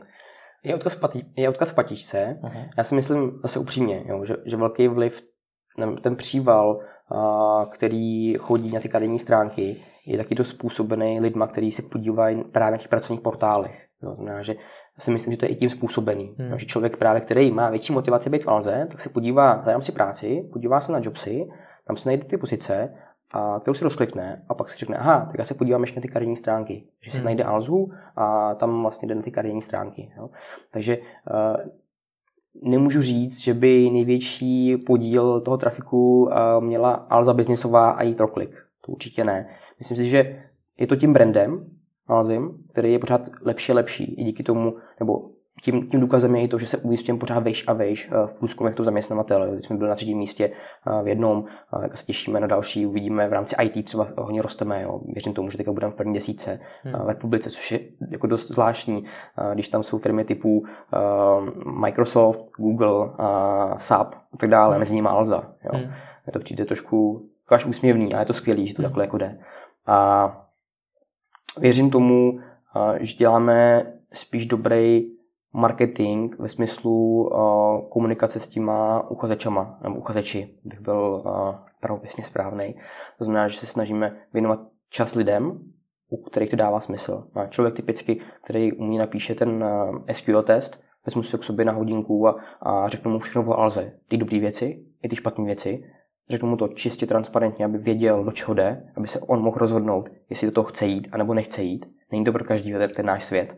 Je odkaz v patičce. Já si myslím zase upřímně, jo, že velký vliv, ten příval, který chodí na ty kariérní stránky, je taky dost způsobený lidma, kteří se podívají právě na těch pracovních portálech. Jo, znamená, že si myslím, že to je i tím způsobený. Že člověk právě, který má větší motivaci být v Alze, tak se podívá, zadám si práci, podívá se na Jobsy, tam se najde ty pozice, a kterou si rozklikne a pak si řekne, aha, tak já se podívám ještě na ty kariérní stránky. Že se najde Alzu a tam vlastně jde na ty kariérní stránky. Jo. Takže nemůžu říct, že by největší podíl toho trafiku měla Alza biznisová a jí proklik. To určitě ne. Myslím si, že je to tím brandem Alzym, který je pořád lepší a lepší. I díky tomu, nebo tím důkazem je i to, že se umisťujeme pořád vejš a vejš v průzkumech toho zaměstnavatele. Když jsme byli na 3. místě v jednom, tak se těšíme na další, uvidíme v rámci IT třeba hodně rosteme. Jo. Věřím tomu, že teďka budeme v první 10 v republice, což je jako dost zvláštní, když tam jsou firmy typu Microsoft, Google, SAP a tak dále, mezi nimi Alza. Jo. To přijde trošku až úsměvný a je to skvělý, že to takhle jako jde. A věřím tomu, že děláme spíš dobrý marketing ve smyslu komunikace s těma uchazečama, nebo uchazeči, bych byl pravopisně správnej. To znamená, že se snažíme věnovat čas lidem, u kterých to dává smysl. Člověk typicky, který umí napíše ten SQL test, vezmu si k sobě na hodinku a řeknu mu všechno o Alze. Ty dobré věci, i ty špatné věci. Řeknu mu to čistě transparentně, aby věděl, do čeho jde, aby se on mohl rozhodnout, jestli do toho chce jít, anebo nechce jít. Není to pro každýho ten náš svět.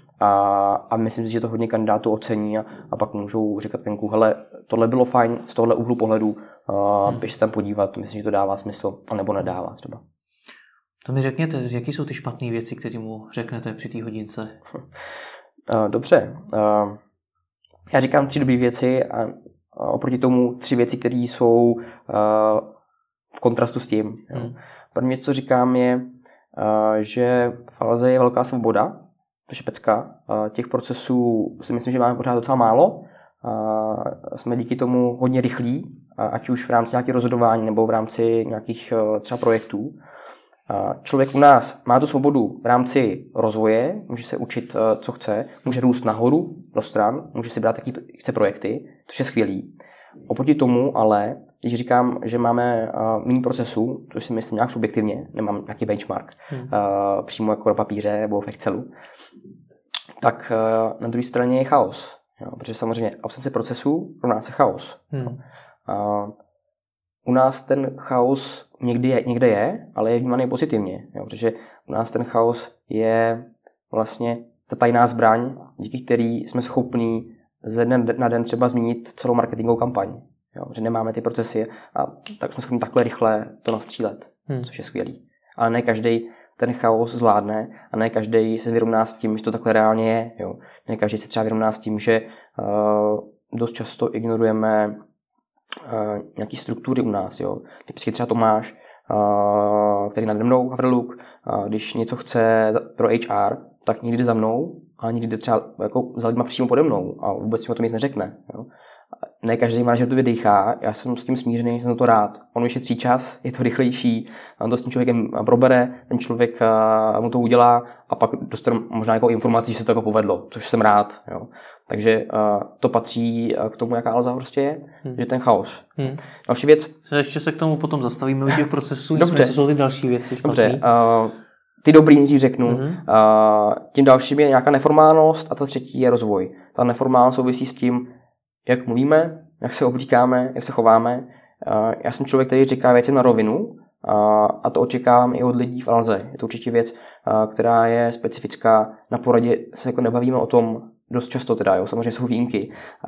A myslím si, že to hodně kandidátů ocení a pak můžou říkat venku, hele, tohle bylo fajn z tohle úhlu pohledu, běž se tam podívat, myslím, že to dává smysl, anebo nedává třeba. To mi řekněte, jaký jsou ty špatné věci, které mu řeknete při té hodince? Dobře. já říkám 3 dobré věci a oproti tomu 3 věci, které jsou v kontrastu s tím. První věc, co říkám, je, že v Alze je velká svoboda, což je pecka. Těch procesů si myslím, že máme pořád docela málo. Jsme díky tomu hodně rychlí, ať už v rámci nějakých rozhodování nebo v rámci nějakých třeba projektů. Člověk u nás má tu svobodu v rámci rozvoje, může se učit, co chce, může růst nahoru, do stran, může si brát, jaký chce projekty, což je skvělý. Oproti tomu ale, když říkám, že máme méně procesů, což si myslím nějak subjektivně, nemám nějaký benchmark, přímo jako na papíře nebo v Excelu, tak na druhé straně je chaos. Jo, protože samozřejmě absence procesů pro nás je chaos. U nás ten chaos někde je, ale je vnímaný pozitivně. Jo, protože u nás ten chaos je vlastně ta tajná zbraň, díky který jsme schopní ze dne na den třeba změnit celou marketingovou kampaň. Jo, že nemáme ty procesy a tak jsme schopni takhle rychle to nastřílet, což je skvělý. Ale ne každý ten chaos zvládne a ne každý se vyrovná s tím, že to takhle reálně je. Jo. Ne každý se třeba vyrovná s tím, že dost často ignorujeme nějaký struktury u nás. Jo. Typicky třeba Tomáš, který nade mnou, Havrluk, když něco chce pro HR, tak někdy jde za mnou a někdy jde třeba jako za lidma přímo pode mnou a vůbec mi o tom nic neřekne. Jo. Ne každý manažer to vydechá, já jsem s tím smířený, jsem za to rád. On vyšetří čas, je to rychlejší, on to s tím člověkem probere, ten člověk mu to udělá a pak dostane možná jako informací, že se to jako povedlo, což jsem rád. Jo. Takže to patří k tomu, jaká Alza prostě je, že ten chaos. Další věc. Ještě se k tomu potom zastavíme u těch procesů, Dobře. Co jsou ty další věci špatný. Dobře. Ty dobrý nejdřív řeknu. Tím dalším je nějaká neformálnost a ta třetí je rozvoj. Ta neformálnost souvisí s tím, jak mluvíme, jak se oblíkáme, jak se chováme. Já jsem člověk, který říká věci na rovinu a to očekávám i od lidí v Alze. Je to určitě věc, která je specifická. Na poradě se jako nebavíme o tom dost často teda, jo, samozřejmě jsou výjimky.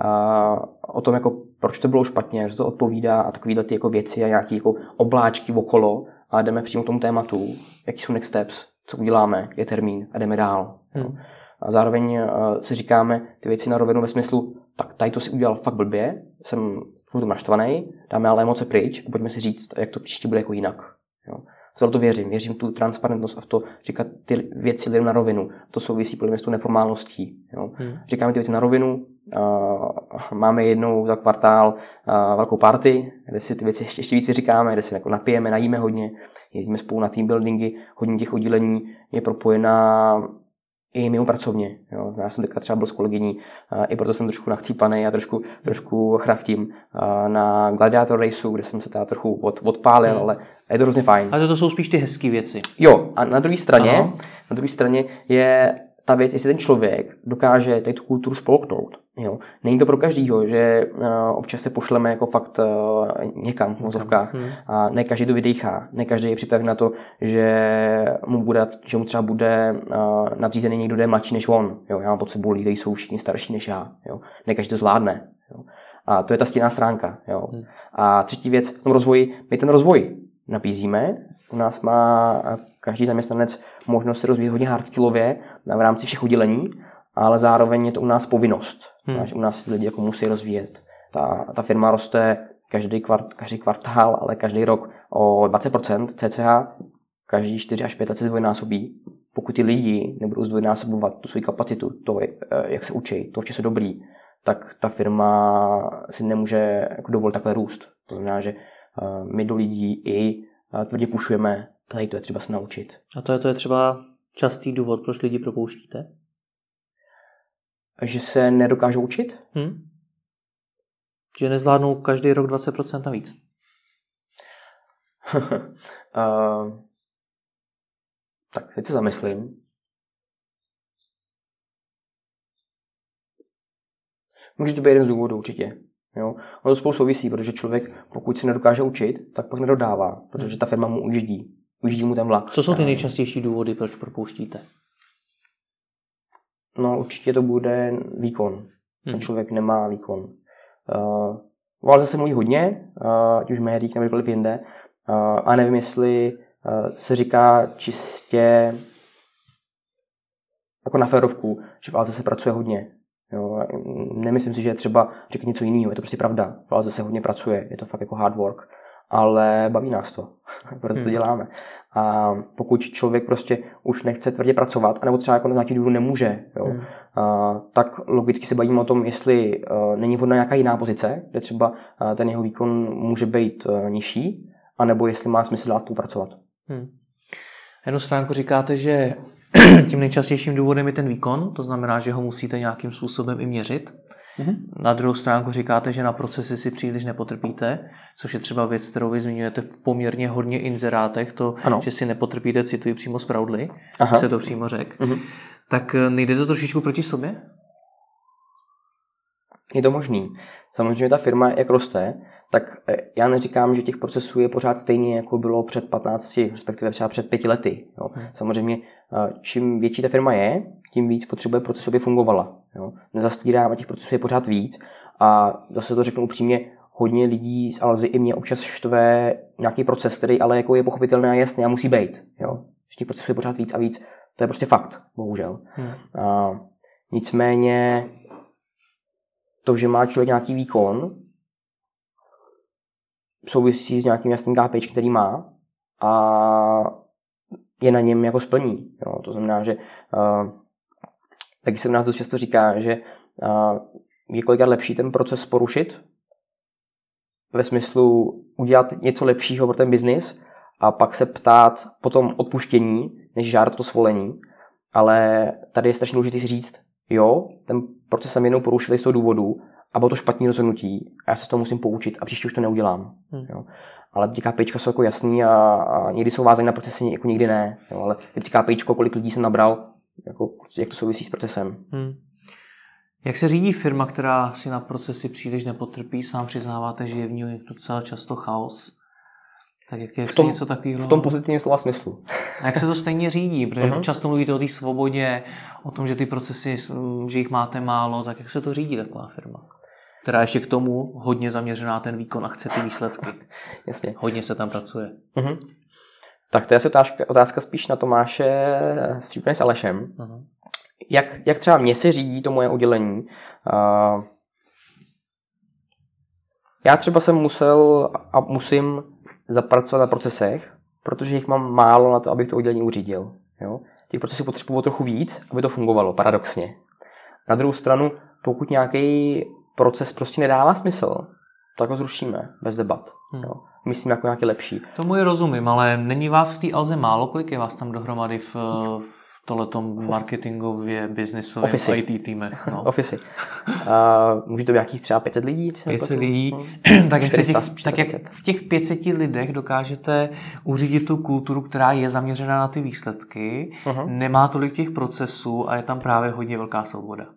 O tom, jako, proč to bylo špatně, jak se to odpovídá a takovýhle ty jako věci a nějaké jako obláčky okolo a jdeme přímo k tomu tématu, jaký jsou next steps, co uděláme, je termín a jdeme dál. A zároveň si říkáme ty věci na rovinu ve smyslu, tak tady to si udělal fakt blbě, jsem furt naštvaný, dáme ale emoce pryč a pojďme si říct, jak to příště bude jako jinak. Jo. Za to věřím tu transparentnost a v to říkat ty věci lidem na rovinu. To souvisí podle mě s tou neformálností. Jo. Říkáme ty věci na rovinu, máme jednou za kvartál velkou party, kde si ty věci ještě víc vyříkáme, kde si jako napijeme, najíme hodně, jezdíme spolu na team buildingy, hodně těch oddělení je propojená i mimo pracovně. Jo. Já jsem teďka třeba byl s kolegyní, i proto jsem trošku nachcípaný a trošku chraftím na Gladiator Raceu, kde jsem se teda trochu odpálil, ale je to hrozně fajn. Ale to jsou spíš ty hezké věci. Jo, a na druhé straně je ta věc, jestli ten člověk dokáže tady tu kulturu spolknout. Jo. Není to pro každýho, že občas se pošleme jako fakt někam v vozovkách a ne každý to vydechá, ne každý je připravený na to, že mu třeba bude nadřízený někdo, kdo je mladší než on. Jo. Já mám pod sebou lidi, kteří jsou všichni starší než já. Jo. Ne každý to zvládne. Jo. A to je ta stinná stránka. Jo. A třetí věc, v tom rozvoji, my ten rozvoj nabízíme. U nás má každý zaměstnanec možnost se rozvíjet hodně hardskillově v rámci všech oddělení, ale zároveň je to u nás povinnost. U nás lidi jako musí rozvíjet. Ta firma roste každý kvartál, ale každý rok o 20% cca, každý 4 až 5 let se zdvojnásobí. Pokud ty lidi nebudou zdvojnásobovat tu svou kapacitu, to, jak se učí, to, v čem jsou dobrý, tak ta firma si nemůže jako dovolit takhle růst. To znamená, že my do lidí i tvrdě pušujeme, tady to je třeba se naučit. A to je třeba častý důvod, proč lidi propouštíte? Že se nedokážou učit? Že nezvládnou každý rok 20% navíc? Tak teď se zamyslím. Může to být jeden z důvodů určitě. Jo? Ono to spolu souvisí, protože člověk, pokud se nedokáže učit, tak pak nedodává, protože ta firma mu ujíždí. Ujíždí mu ten vlak. Co jsou ty nejčastější důvody, proč propouštíte? No určitě to bude výkon. Ten člověk nemá výkon. Ale zase mluví hodně, ať už v médiích nebo kdykoliv jinde, a nevím, jestli se říká čistě jako na férovku, že v Alze se pracuje hodně. Jo, nemyslím si, že třeba řekl něco jiného, je to prostě pravda. V Alze se hodně pracuje, je to fakt jako hard work, ale baví nás to, proto to děláme. A pokud člověk prostě už nechce tvrdě pracovat, anebo třeba jako na nějaký důvod nemůže, jo, tak logicky se bavíme o tom, jestli není vhodná nějaká jiná pozice, kde třeba ten jeho výkon může být nižší, anebo jestli má smysl dál spolupracovat. Jednu stránku říkáte, že tím nejčastějším důvodem je ten výkon, to znamená, že ho musíte nějakým způsobem i měřit. Na druhou stránku říkáte, že na procesy si příliš nepotrpíte, což je třeba věc, kterou vy zmiňujete v poměrně hodně inzerátech, to, ano. Že si nepotrpíte, cituji přímo z Proudly, se to přímo řekl. Tak nejde to trošičku proti sobě? Je to možný. Samozřejmě ta firma, jak roste, tak já neříkám, že těch procesů je pořád stejně, jako bylo před 15, respektive třeba před 5 lety. Jo. Samozřejmě, čím větší ta firma je, tím víc potřebuje procesu, aby fungovala. Jo. Nezastírám, a těch procesů je pořád víc. A zase to řeknu upřímně, hodně lidí z Alzy i mě občas štve nějaký proces, který ale jako je pochopitelný a jasný a musí být. Jo. Že těch procesů je pořád víc a víc. To je prostě fakt, bohužel. Nicméně to, že má člověk nějaký výkon, souvisí s nějakým jasným KPIčkem, který má a je na něm jako splní. Jo. To znamená, že taky se u nás dost často říká, že je kolikrát lepší ten proces porušit, ve smyslu udělat něco lepšího pro ten biznis a pak se ptát potom odpuštění, než žádat to svolení. Ale tady je strašně důležité si říct, jo, ten proces jsem jednou porušil z toho důvodu a bylo to špatné rozhodnutí a já se z toho musím poučit a příště už to neudělám. Jo. Ale ty KPIčka jsou jako jasný a někdy jsou vázané na procesy, jako nikdy ne. Jo. Ale ty KPIčko, kolik lidí jsem nabral, jako, jak to souvisí s procesem. Jak se řídí firma, která si na procesy příliš nepotrpí? Sám přiznáváte, že je v ní docela často chaos. Tak jak se něco takového... V tom pozitivním slova smyslu. A jak se to stejně řídí? Protože často mluvíte o té svobodě, o tom, že ty procesy, že jich máte málo, tak jak se to řídí taková firma? Která ještě k tomu hodně zaměřená ten výkon a chce ty výsledky. Jasně. Hodně se tam pracuje. Tak to je asi otázka spíš na Tomáše případně s Alešem. Jak třeba mě se řídí to moje oddělení? Já třeba jsem musel a musím zapracovat na procesech, protože jich mám málo na to, abych to oddělení uřídil. Jo? Těch procesů potřebuji trochu víc, aby to fungovalo, paradoxně. Na druhou stranu, pokud nějaký proces prostě nedává smysl, tak ho zrušíme, bez debat. Jo? Myslím jako nějaký lepší. Tomu je rozumím, ale není vás v té Alze málo? Kolik je vás tam dohromady v tohletom marketingově, biznisově, IT týmech? No. Office. Může to být nějakých třeba 500 lidí? 500 lidí. Tak jak v těch 500 lidech dokážete uřídit tu kulturu, která je zaměřená na ty výsledky, nemá tolik těch procesů a je tam právě hodně velká svoboda?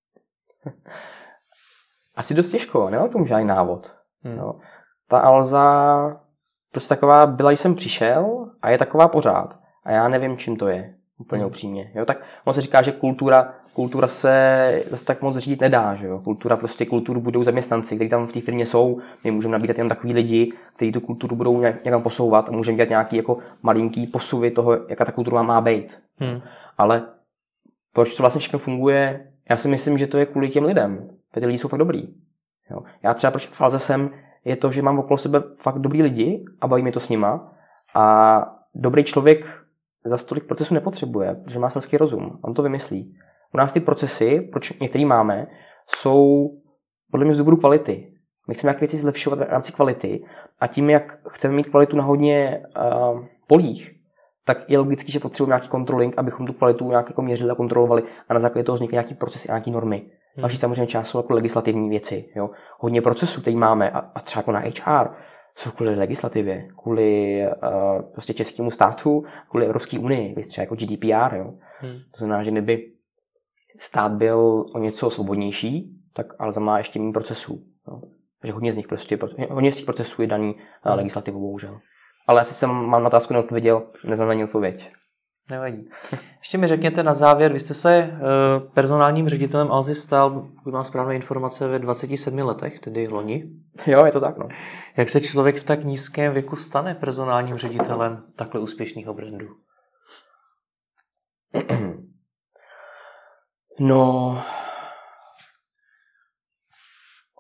Asi dost těžko, nemám tomu žádný návod. No. Ta Alza prostě taková byla, když jsem přišel a je taková pořád. A já nevím, čím to je. Úplně upřímně. Jo? Tak on se říká, že kultura se zase tak moc řídit nedá. Že jo? Kulturu budou zaměstnanci, kteří tam v té firmě jsou. My můžeme nabídat jenom takový lidi, kteří tu kulturu budou někam posouvat a můžeme dělat nějaký jako malinký posuvy toho, jaká ta kultura má být. Ale proč to vlastně všechno funguje? Já si myslím, že to je kvůli těm lidem. Ty lidi jsou fakt dobrý. Jo? Já třeba proč v Alze jsem, je to, že mám okolo sebe fakt dobrý lidi a baví mě to s nima. A dobrý člověk za tolik procesů nepotřebuje, protože má selský rozum. On to vymyslí. U nás ty procesy, proč některý máme, jsou podle mě z důvodu kvality. My chceme nějaké věci zlepšovat v rámci kvality a tím, jak chceme mít kvalitu na hodně polích, tak je logický, že potřebujeme nějaký controlling, abychom tu kvalitu nějak jako měřili a kontrolovali a na základě toho vznikly nějaký procesy a nějaké normy. Další samozřejmě část jsou jako legislativní věci. Jo. Hodně procesů, který máme a třeba jako na HR, jsou kvůli legislativě, kvůli prostě českému státu, kvůli Evropské unii, třeba jako GDPR. Jo. To znamená, že kdyby stát byl o něco svobodnější, tak Alza má ještě méně procesů. Jo. Takže hodně z těch procesů je daný legislativou, bohužel. Ale asi mám na otázku neodpověděl, neznám na ní odpověď. Nevadí. Ještě mi řekněte na závěr, vy jste se personálním ředitelem Alzy stal, pokud mám správné informace, ve 27 letech, tedy loni. Jo, je to tak, no. Jak se člověk v tak nízkém věku stane personálním ředitelem takhle úspěšného brandu? No,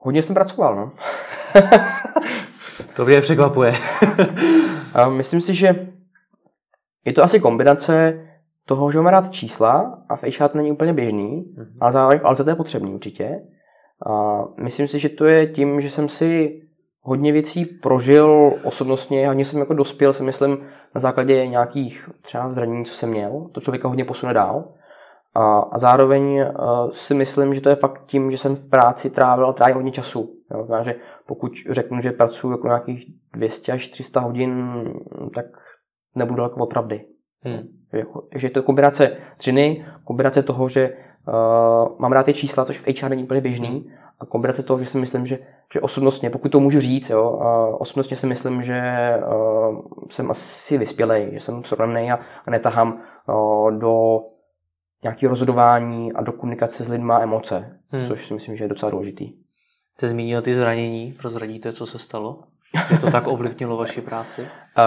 Hodně jsem pracoval, no. To mě překvapuje. Myslím si, že je to asi kombinace toho, že mám rád čísla a v HR to není úplně běžný, ale zároveň to je potřebný určitě. Myslím si, že to je tím, že jsem si hodně věcí prožil osobnostně, hodně jsem jako dospěl, si myslím, na základě nějakých třeba zranění, co jsem měl. To člověka hodně posune dál. A zároveň si myslím, že to je fakt tím, že jsem v práci trávím hodně času. Jo? Že pokud řeknu, že pracuji jako nějakých 200 až 300 hodin, tak nebudu daleko od pravdy. Že je to kombinace dřiny, kombinace toho, že mám rád ty čísla, což v HR není úplně běžný, a kombinace toho, že si myslím, že osobnostně, pokud to můžu říct, jo, osobnostně si myslím, že jsem asi vyspělej, že jsem srovnaný a netahám do nějakého rozhodování a do komunikace s lidma emoce, což si myslím, že je docela důležitý. Jste zmínil ty zranění, prozradíte, co se stalo? Že to tak ovlivnilo vaši práci?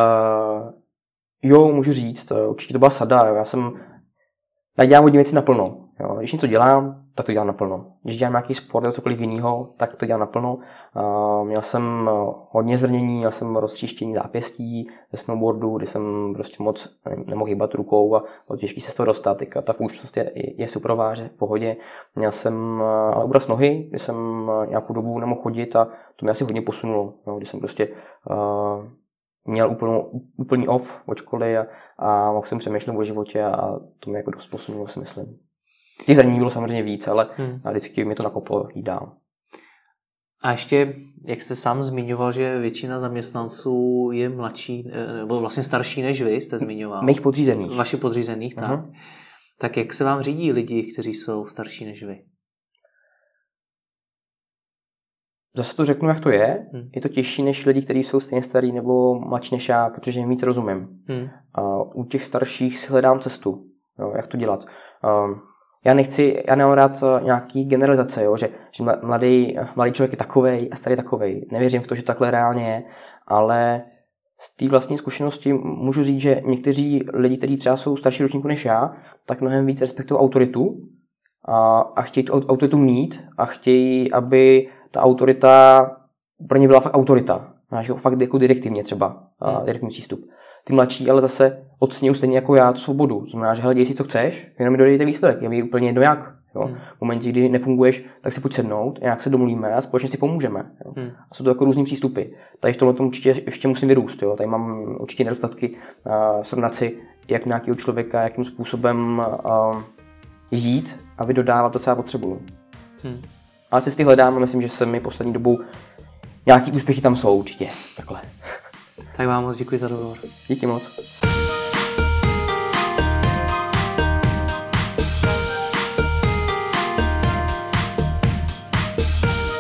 Jo, můžu říct, určitě to byla sada. Jo. Já dělám hodně věcí naplno. Jo. Když něco dělám, tak to dělám naplno. Když dělám nějaký sport nebo cokoliv jiného, tak to dělám naplno. Měl jsem hodně zranění, měl jsem roztříštění zápěstí ze snowboardu, kdy jsem prostě moc nemohl hýbat rukou a bylo těžké se z toho dostat. Ta funkčnost je superová, že v pohodě. Měl jsem ale úraz nohy, kdy jsem nějakou dobu nemohl chodit a to mě asi hodně posunulo. Jo. Když jsem prostě měl úplný off od školy a mohl jsem přemýšlet o životě a to mě jako dost posunulo, si myslím. Těch zranění bylo samozřejmě víc, ale vždycky mě to nakoplo jít dál. A ještě, jak jste sám zmiňoval, že většina zaměstnanců je mladší, nebo vlastně starší než vy, jste zmiňoval. Mých podřízených. Vaši podřízených, tak. Tak jak se vám řídí lidi, kteří jsou starší než vy? Zase to řeknu, jak to je. Je to těžší než lidi, kteří jsou stejně starý nebo mladší než já, protože jim víc rozumím. U těch starších si hledám cestu, jo, jak to dělat. Já nemám rád nějaký generalizace, jo, že mladý člověk je takovej a starý takovej. Nevěřím v to, že takhle reálně je, ale z té vlastní zkušenosti můžu říct, že někteří lidi, kteří třeba jsou starší ročníku než já, tak mnohem víc respektují autoritu a chtějí tu autoritu mít a chtějí, aby ta autorita pro ně byla fakt autorita. Máš fakt jako direktivně třeba, direktivní přístup. Ty mladší ale zase oceňují stejně jako já tu svobodu. To znamená, že hele, děj si, co chceš, jenom mi dodejte výsledek. Je mi úplně jedno jak. Jo. V momentě, kdy nefunguješ, tak si pojď sednout, nějak se domluvíme a společně si pomůžeme. Jo. A jsou to jako různý přístupy. Tady v tomhle určitě ještě musím vyrůst. Jo. Tady mám určitě nedostatky, srovnat si, jak nějakého člověka, jakým způsobem žít a vydodávat to, co já potřebuju. Ale cesty hledám a myslím, že se mi poslední dobou nějaký úspěchy tam jsou určitě. Takhle. Tak vám moc děkuji za rozhovor. Díky moc.